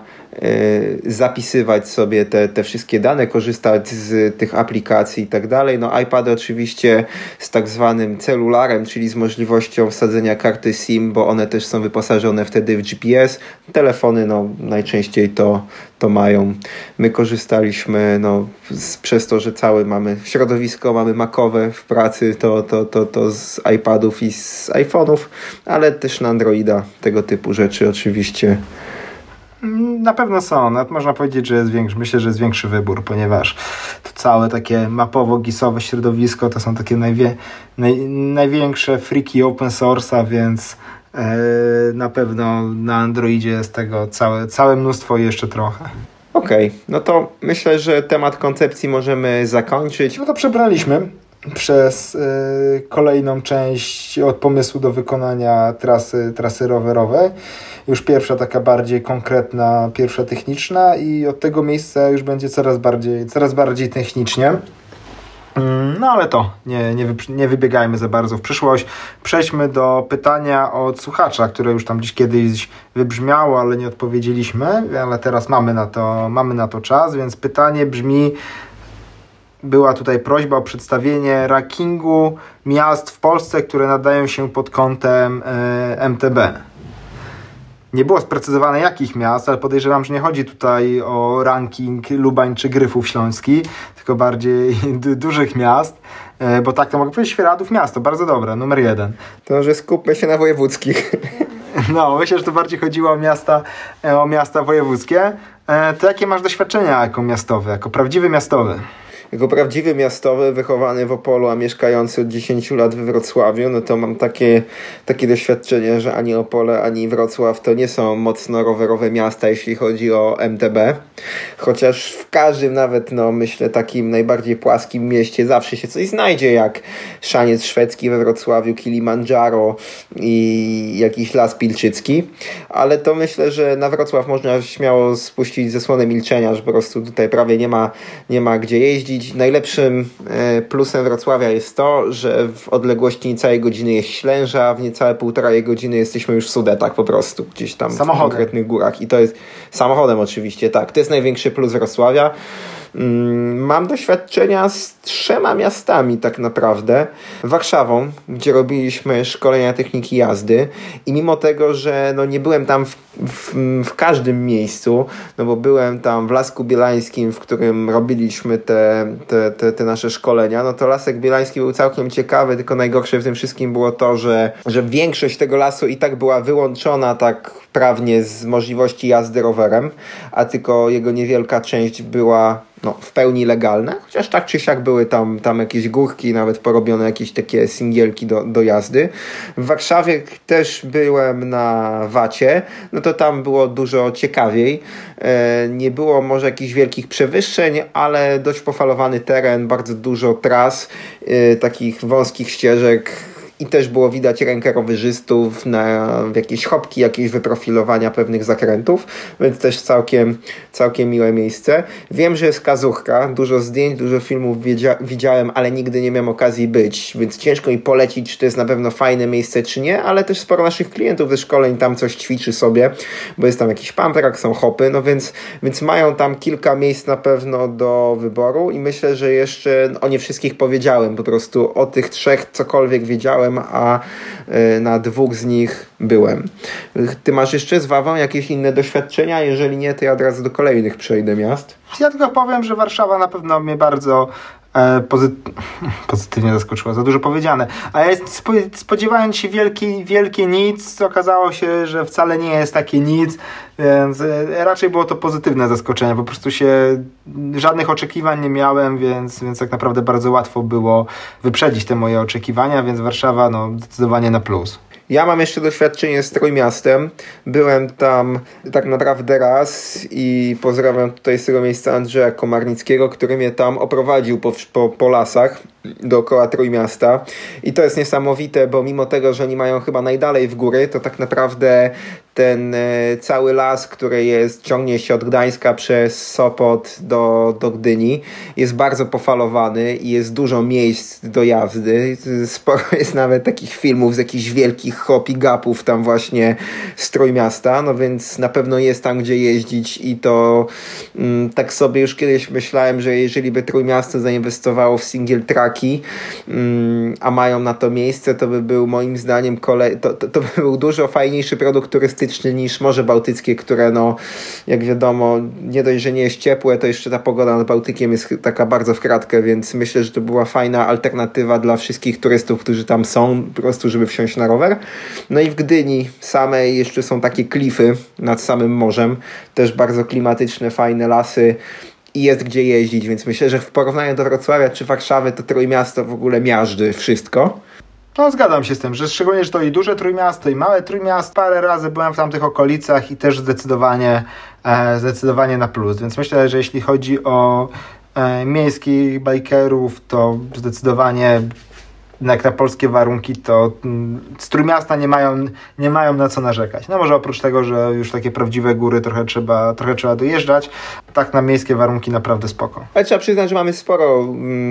yy, zapisywać sobie te, te wszystkie dane, korzystać z tych aplikacji i tak dalej. No iPady oczywiście z tak zwanym celularem, czyli z możliwością wsadzenia karty SIM, bo one też są wyposażone wtedy w G P S. Telefony no najczęściej to, to mają. My korzystaliśmy no, z, przez to, że całe mamy środowisko, mamy macowe w pracy, to, to, to, to z iPadów i z iPhone'ów, ale też na Androida tego typu rzeczy oczywiście. Na pewno są, nawet można powiedzieć, że jest większy, myślę, że jest większy wybór, ponieważ to całe takie mapowo-gisowe środowisko to są takie najwie, naj, największe freaki open source'a, więc e, na pewno na Androidzie jest tego całe, całe mnóstwo i jeszcze trochę. Okej, okay, no to myślę, że temat koncepcji możemy zakończyć. No to przebraliśmy przez y, kolejną część od pomysłu do wykonania trasy, trasy rowerowej. Już pierwsza taka bardziej konkretna, pierwsza techniczna i od tego miejsca już będzie coraz bardziej, coraz bardziej technicznie. No ale to, nie, nie, wy, nie wybiegajmy za bardzo w przyszłość. Przejdźmy do pytania od słuchacza, które już tam gdzieś kiedyś wybrzmiało, ale nie odpowiedzieliśmy, ale teraz mamy na to, mamy na to czas, więc pytanie brzmi: była tutaj prośba o przedstawienie rankingu miast w Polsce, które nadają się pod kątem e, M T B. Nie było sprecyzowane jakich miast, ale podejrzewam, że nie chodzi tutaj o ranking Lubań czy Gryfów Śląski, tylko bardziej d- dużych miast, bo tak to mogę powiedzieć, Świeradów miasto, bardzo dobre, numer jeden. To może skupmy się na wojewódzkich. No, myślę, że to bardziej chodziło o miasta, o miasta wojewódzkie. To jakie masz doświadczenia jako miastowy, jako prawdziwy miastowy? Jako prawdziwy miastowy, wychowany w Opolu, a mieszkający od dziesięciu lat we Wrocławiu, no to mam takie, takie doświadczenie, że ani Opole, ani Wrocław to nie są mocno rowerowe miasta, jeśli chodzi o M T B. Chociaż w każdym, nawet no myślę, takim najbardziej płaskim mieście zawsze się coś znajdzie, jak Szaniec Szwedzki we Wrocławiu, Kilimandżaro i jakiś Las Pilczycki. Ale to myślę, że na Wrocław można śmiało spuścić zasłonę milczenia, że po prostu tutaj prawie nie ma, nie ma gdzie jeździć. Najlepszym plusem Wrocławia jest to, że w odległości niecałej godziny jest Ślęża, w niecałe półtorej godziny jesteśmy już w Sudetach po prostu, gdzieś tam samochodem. W konkretnych górach. I to jest samochodem oczywiście, tak. To jest największy plus Wrocławia. Mam doświadczenia z trzema miastami tak naprawdę. Warszawą, gdzie robiliśmy szkolenia techniki jazdy i mimo tego, że no nie byłem tam w, w, w każdym miejscu, no bo byłem tam w Lasku Bielańskim, w którym robiliśmy te, te, te, te nasze szkolenia, no to Lasek Bielański był całkiem ciekawy, tylko najgorsze w tym wszystkim było to, że, że większość tego lasu i tak była wyłączona tak prawnie z możliwości jazdy rowerem, a tylko jego niewielka część była no, w pełni legalne, chociaż tak czy siak były tam, tam jakieś górki, nawet porobione jakieś takie singielki do, do jazdy. W Warszawie też byłem na wacie, no to tam było dużo ciekawiej. E, nie było może jakichś wielkich przewyższeń, ale dość pofalowany teren, bardzo dużo tras, e, takich wąskich ścieżek, i też było widać rękę rowerzystów na jakieś chopki, jakieś wyprofilowania pewnych zakrętów, więc też całkiem, całkiem miłe miejsce. Wiem, że jest Kazurka, dużo zdjęć, dużo filmów wiedzia- widziałem, ale nigdy nie miałem okazji być, więc ciężko mi polecić, czy to jest na pewno fajne miejsce, czy nie, ale też sporo naszych klientów ze szkoleń tam coś ćwiczy sobie, bo jest tam jakiś pumptrack, są hopy, no więc, więc mają tam kilka miejsc na pewno do wyboru i myślę, że jeszcze o nie wszystkich powiedziałem, po prostu o tych trzech cokolwiek wiedziałem, a na dwóch z nich byłem. Ty masz jeszcze z Wawą jakieś inne doświadczenia? Jeżeli nie, to ja od razu do kolejnych przejdę miast. Ja tylko powiem, że Warszawa na pewno mnie bardzo e, pozy- pozytywnie zaskoczyła, za dużo powiedziane. A ja spo- spodziewając się wielki, wielkie nic, okazało się, że wcale nie jest takie nic, więc e, raczej było to pozytywne zaskoczenie. Po prostu się żadnych oczekiwań nie miałem, więc, więc tak naprawdę bardzo łatwo było wyprzedzić te moje oczekiwania, więc Warszawa no, zdecydowanie na plus. Ja mam jeszcze doświadczenie z Trójmiastem. Byłem tam tak naprawdę raz i pozdrawiam tutaj z tego miejsca Andrzeja Komarnickiego, który mnie tam oprowadził po, po, po lasach dookoła Trójmiasta. I to jest niesamowite, bo mimo tego, że oni mają chyba najdalej w góry, to tak naprawdę ten e, cały las, który jest, ciągnie się od Gdańska przez Sopot do, do Gdyni, jest bardzo pofalowany i jest dużo miejsc do jazdy. Sporo jest nawet takich filmów z jakichś wielkich hop i gapów tam właśnie z Trójmiasta, no więc na pewno jest tam gdzie jeździć i to mm, tak sobie już kiedyś myślałem, że jeżeli by Trójmiasto zainwestowało w single tracki, mm, a mają na to miejsce, to by był moim zdaniem kolej, to, to, to by był dużo fajniejszy produkt turystyczny niż Morze Bałtyckie, które no, jak wiadomo, nie dość, że nie jest ciepłe, to jeszcze ta pogoda nad Bałtykiem jest taka bardzo w kratkę, więc myślę, że to była fajna alternatywa dla wszystkich turystów, którzy tam są, po prostu, żeby wsiąść na rower. No i w Gdyni samej jeszcze są takie klify nad samym morzem, też bardzo klimatyczne, fajne lasy i jest gdzie jeździć, więc myślę, że w porównaniu do Wrocławia czy Warszawy to Trójmiasto w ogóle miażdży wszystko. No zgadzam się z tym, że szczególnie, że to i duże Trójmiasto, i małe Trójmiasto. Parę razy byłem w tamtych okolicach i też zdecydowanie, e, zdecydowanie na plus. Więc myślę, że jeśli chodzi o e, miejskich bikerów, to zdecydowanie jak na polskie warunki, to mm, z Trójmiasta nie mają, nie mają na co narzekać. No może oprócz tego, że już takie prawdziwe góry trochę trzeba, trochę trzeba dojeżdżać, tak na miejskie warunki naprawdę spoko. Ale trzeba przyznać, że mamy sporo mm,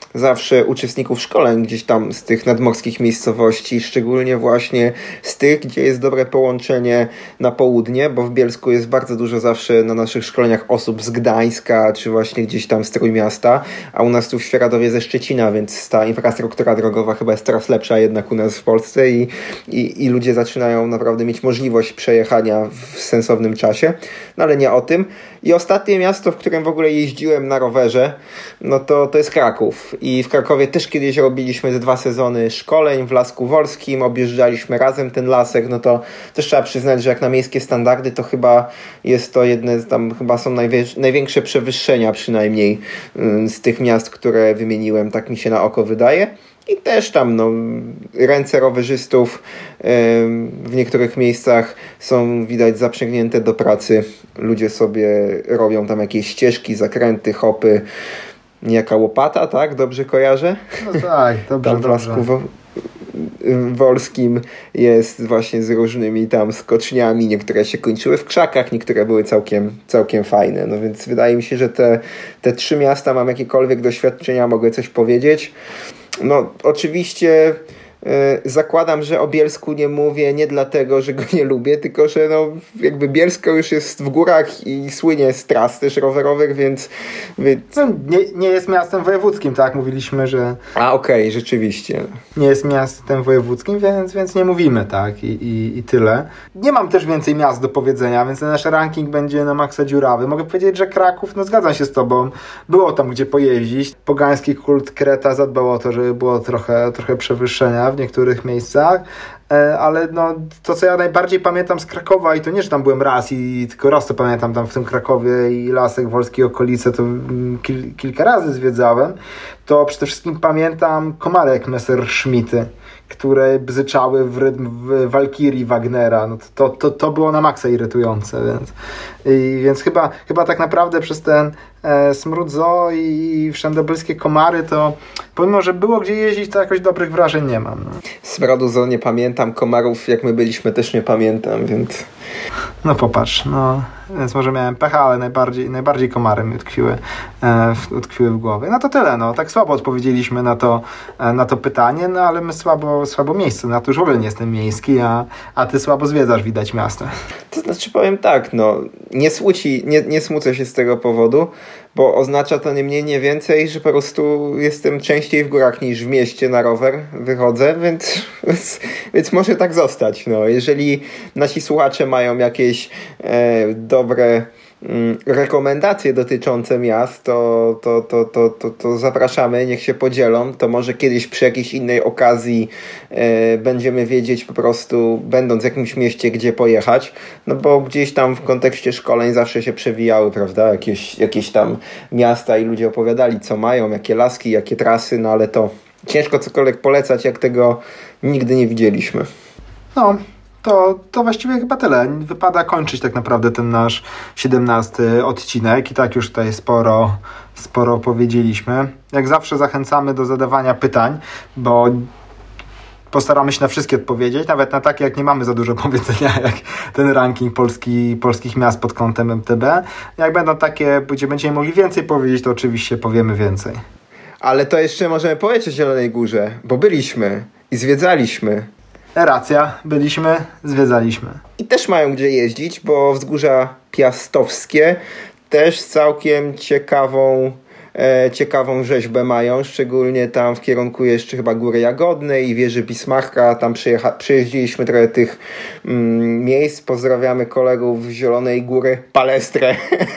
zawsze uczestników szkoleń gdzieś tam z tych nadmorskich miejscowości, szczególnie właśnie z tych, gdzie jest dobre połączenie na południe, bo w Bielsku jest bardzo dużo zawsze na naszych szkoleniach osób z Gdańska, czy właśnie gdzieś tam z Trójmiasta, a u nas tu w Świeradowie ze Szczecina, więc ta infrastruktura drogowa chyba jest coraz lepsza jednak u nas w Polsce i, i, i ludzie zaczynają naprawdę mieć możliwość przejechania w sensownym czasie, no ale nie o tym. I ostatnie miasto, w którym w ogóle jeździłem na rowerze, no to, to jest Kraków. I w Krakowie też kiedyś robiliśmy te dwa sezony szkoleń w Lasku Wolskim, objeżdżaliśmy razem ten lasek, no to też trzeba przyznać, że jak na miejskie standardy, to chyba jest to jedne, tam chyba są najwie- największe przewyższenia przynajmniej z tych miast, które wymieniłem, tak mi się na oko wydaje. I też tam no, ręce rowerzystów w niektórych miejscach są widać zaprzęgnięte do pracy. Ludzie sobie robią tam jakieś ścieżki, zakręty, hopy. Niejaka łopata, tak? Dobrze kojarzę? No tak, dobrze, tam w dobrze. Lasku Wo- Wolskim jest właśnie z różnymi tam skoczniami. Niektóre się kończyły w krzakach, niektóre były całkiem, całkiem fajne. No więc wydaje mi się, że te, te trzy miasta mam jakiekolwiek doświadczenia, mogę coś powiedzieć. No oczywiście y, zakładam, że o Bielsku nie mówię nie dlatego, że go nie lubię, tylko że no jakby Bielsko już jest w górach i słynie z tras też rowerowych, więc... więc... No, nie, nie jest miastem wojewódzkim, tak? Mówiliśmy, że A okej, okay, rzeczywiście. nie jest miastem wojewódzkim, więc, więc nie mówimy, tak? I, i, I tyle. Nie mam też więcej miast do powiedzenia, więc nasz ranking będzie na maksa dziurawy. Mogę powiedzieć, że Kraków, no zgadzam się z tobą, było tam gdzie pojeździć. Pogański kult Kreta zadbał o to, żeby było trochę, trochę przewyższenia w niektórych miejscach, ale no, to co ja najbardziej pamiętam z Krakowa i to nie, że tam byłem raz i tylko raz to pamiętam tam w tym Krakowie i Lasek Wolski, okolice to kil, kilka razy zwiedzałem, to przede wszystkim pamiętam komarek Messerschmitty, które bzyczały w rytm w Walkirii Wagnera. No to, to, to było na maksa irytujące, więc, i, więc chyba, chyba tak naprawdę przez ten e, smród zoo i wszędobylskie komary to pomimo, że było gdzie jeździć, to jakoś dobrych wrażeń nie mam. No. Smrodu zoo nie pamiętam, komarów jak my byliśmy też nie pamiętam, więc... No popatrz, no więc może miałem pecha, ale najbardziej, najbardziej komary mi utkwiły, e, w, utkwiły w głowie. No to tyle, no tak słabo odpowiedzieliśmy na to, e, na to pytanie, no ale my słabo, słabo miejsce, na to już w ogóle nie jestem miejski, a, a ty słabo zwiedzasz, widać, miasto. To znaczy powiem tak, no nie smuci, nie, nie smucę się z tego powodu, bo oznacza to nie mniej, nie więcej, że po prostu jestem częściej w górach niż w mieście na rower wychodzę, więc, więc, więc może tak zostać. No. Jeżeli nasi słuchacze mają jakieś e, dobre mm, rekomendacje dotyczące miast, to, to, to, to, to, to zapraszamy, niech się podzielą. To może kiedyś przy jakiejś innej okazji e, będziemy wiedzieć po prostu, będąc w jakimś mieście, gdzie pojechać. No bo gdzieś tam w kontekście szkoleń zawsze się przewijały, prawda, jakieś, jakieś tam miasta i ludzie opowiadali, co mają, jakie laski, jakie trasy, no ale to ciężko cokolwiek polecać, jak tego nigdy nie widzieliśmy. No, to, to właściwie chyba tyle. Wypada kończyć tak naprawdę ten nasz siedemnasty odcinek i tak już tutaj sporo, sporo powiedzieliśmy. Jak zawsze zachęcamy do zadawania pytań, bo postaramy się na wszystkie odpowiedzieć, nawet na takie, jak nie mamy za dużo powiedzenia, jak ten ranking Polski, polskich miast pod kątem M T B. Jak będą takie, gdzie będziemy mogli więcej powiedzieć, to oczywiście powiemy więcej. Ale to jeszcze możemy powiedzieć o Zielonej Górze, bo byliśmy i zwiedzaliśmy. Racja, byliśmy, zwiedzaliśmy. I też mają gdzie jeździć, bo Wzgórza Piastowskie też całkiem ciekawą e, ciekawą rzeźbę mają, szczególnie tam w kierunku jeszcze chyba Góry Jagodnej i wieży Bismarcka. Tam przyjecha- przyjeździliśmy trochę tych mm, miejsc. Pozdrawiamy kolegów z Zielonej Góry, Palestrę,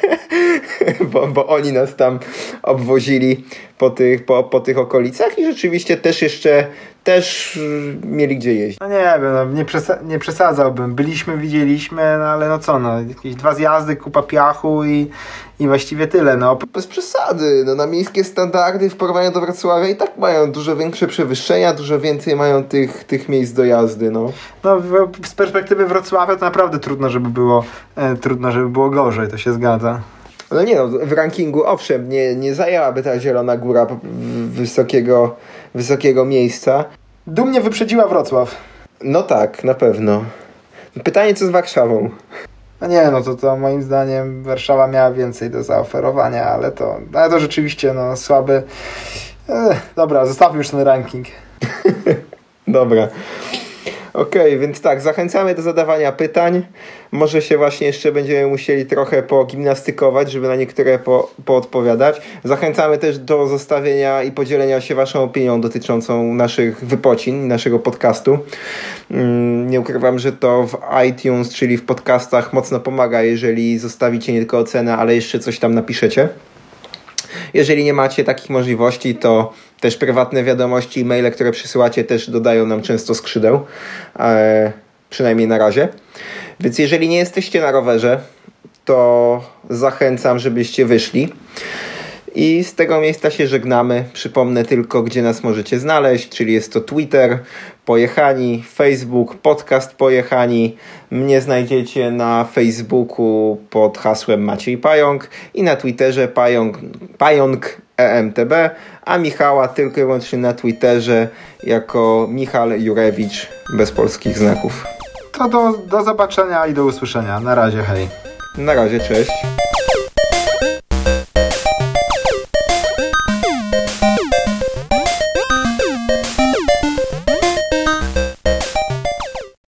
bo, bo oni nas tam obwozili po tych, po, po tych okolicach i rzeczywiście też jeszcze też mieli gdzie jeździć. No nie wiem, no, nie, przesa- nie przesadzałbym. Byliśmy, widzieliśmy, no ale no co, no jakieś dwa zjazdy, kupa piachu i, i właściwie tyle, no. Bez przesady, no na miejskie standardy w porównaniu do Wrocławia i tak mają dużo większe przewyższenia, dużo więcej mają tych, tych miejsc do jazdy, no. No w, z perspektywy Wrocławia to naprawdę trudno, żeby było e, trudno, żeby było gorzej, to się zgadza. No nie no, w rankingu owszem, nie, nie zajęłaby ta Zielona Góra wysokiego, wysokiego miejsca. Dumnie wyprzedziła Wrocław. No tak, na pewno. Pytanie, co z Warszawą? No nie, no to, to moim zdaniem Warszawa miała więcej do zaoferowania, ale to, ale to rzeczywiście no, słaby, Ech, dobra, zostawmy już ten ranking. Dobra. Okej, okay, więc tak, zachęcamy do zadawania pytań. Może się właśnie jeszcze będziemy musieli trochę pogimnastykować, żeby na niektóre po, poodpowiadać. Zachęcamy też do zostawienia i podzielenia się waszą opinią dotyczącą naszych wypocin, naszego podcastu. Nie ukrywam, że to w iTunes, czyli w podcastach mocno pomaga, jeżeli zostawicie nie tylko ocenę, ale jeszcze coś tam napiszecie. Jeżeli nie macie takich możliwości, to też prywatne wiadomości, maile, które przysyłacie, też dodają nam często skrzydeł, e, przynajmniej na razie. Więc jeżeli nie jesteście na rowerze, to zachęcam, żebyście wyszli. I z tego miejsca się żegnamy. Przypomnę tylko, gdzie nas możecie znaleźć, czyli jest to Twitter, Pojechani, Facebook, podcast Pojechani. Mnie znajdziecie na Facebooku pod hasłem Maciej Pająk i na Twitterze Pająk, Pająk E M T B, a Michała tylko i wyłącznie na Twitterze jako Michal Jurewicz bez polskich znaków. To do, do zobaczenia i do usłyszenia. Na razie, hej. Na razie, cześć.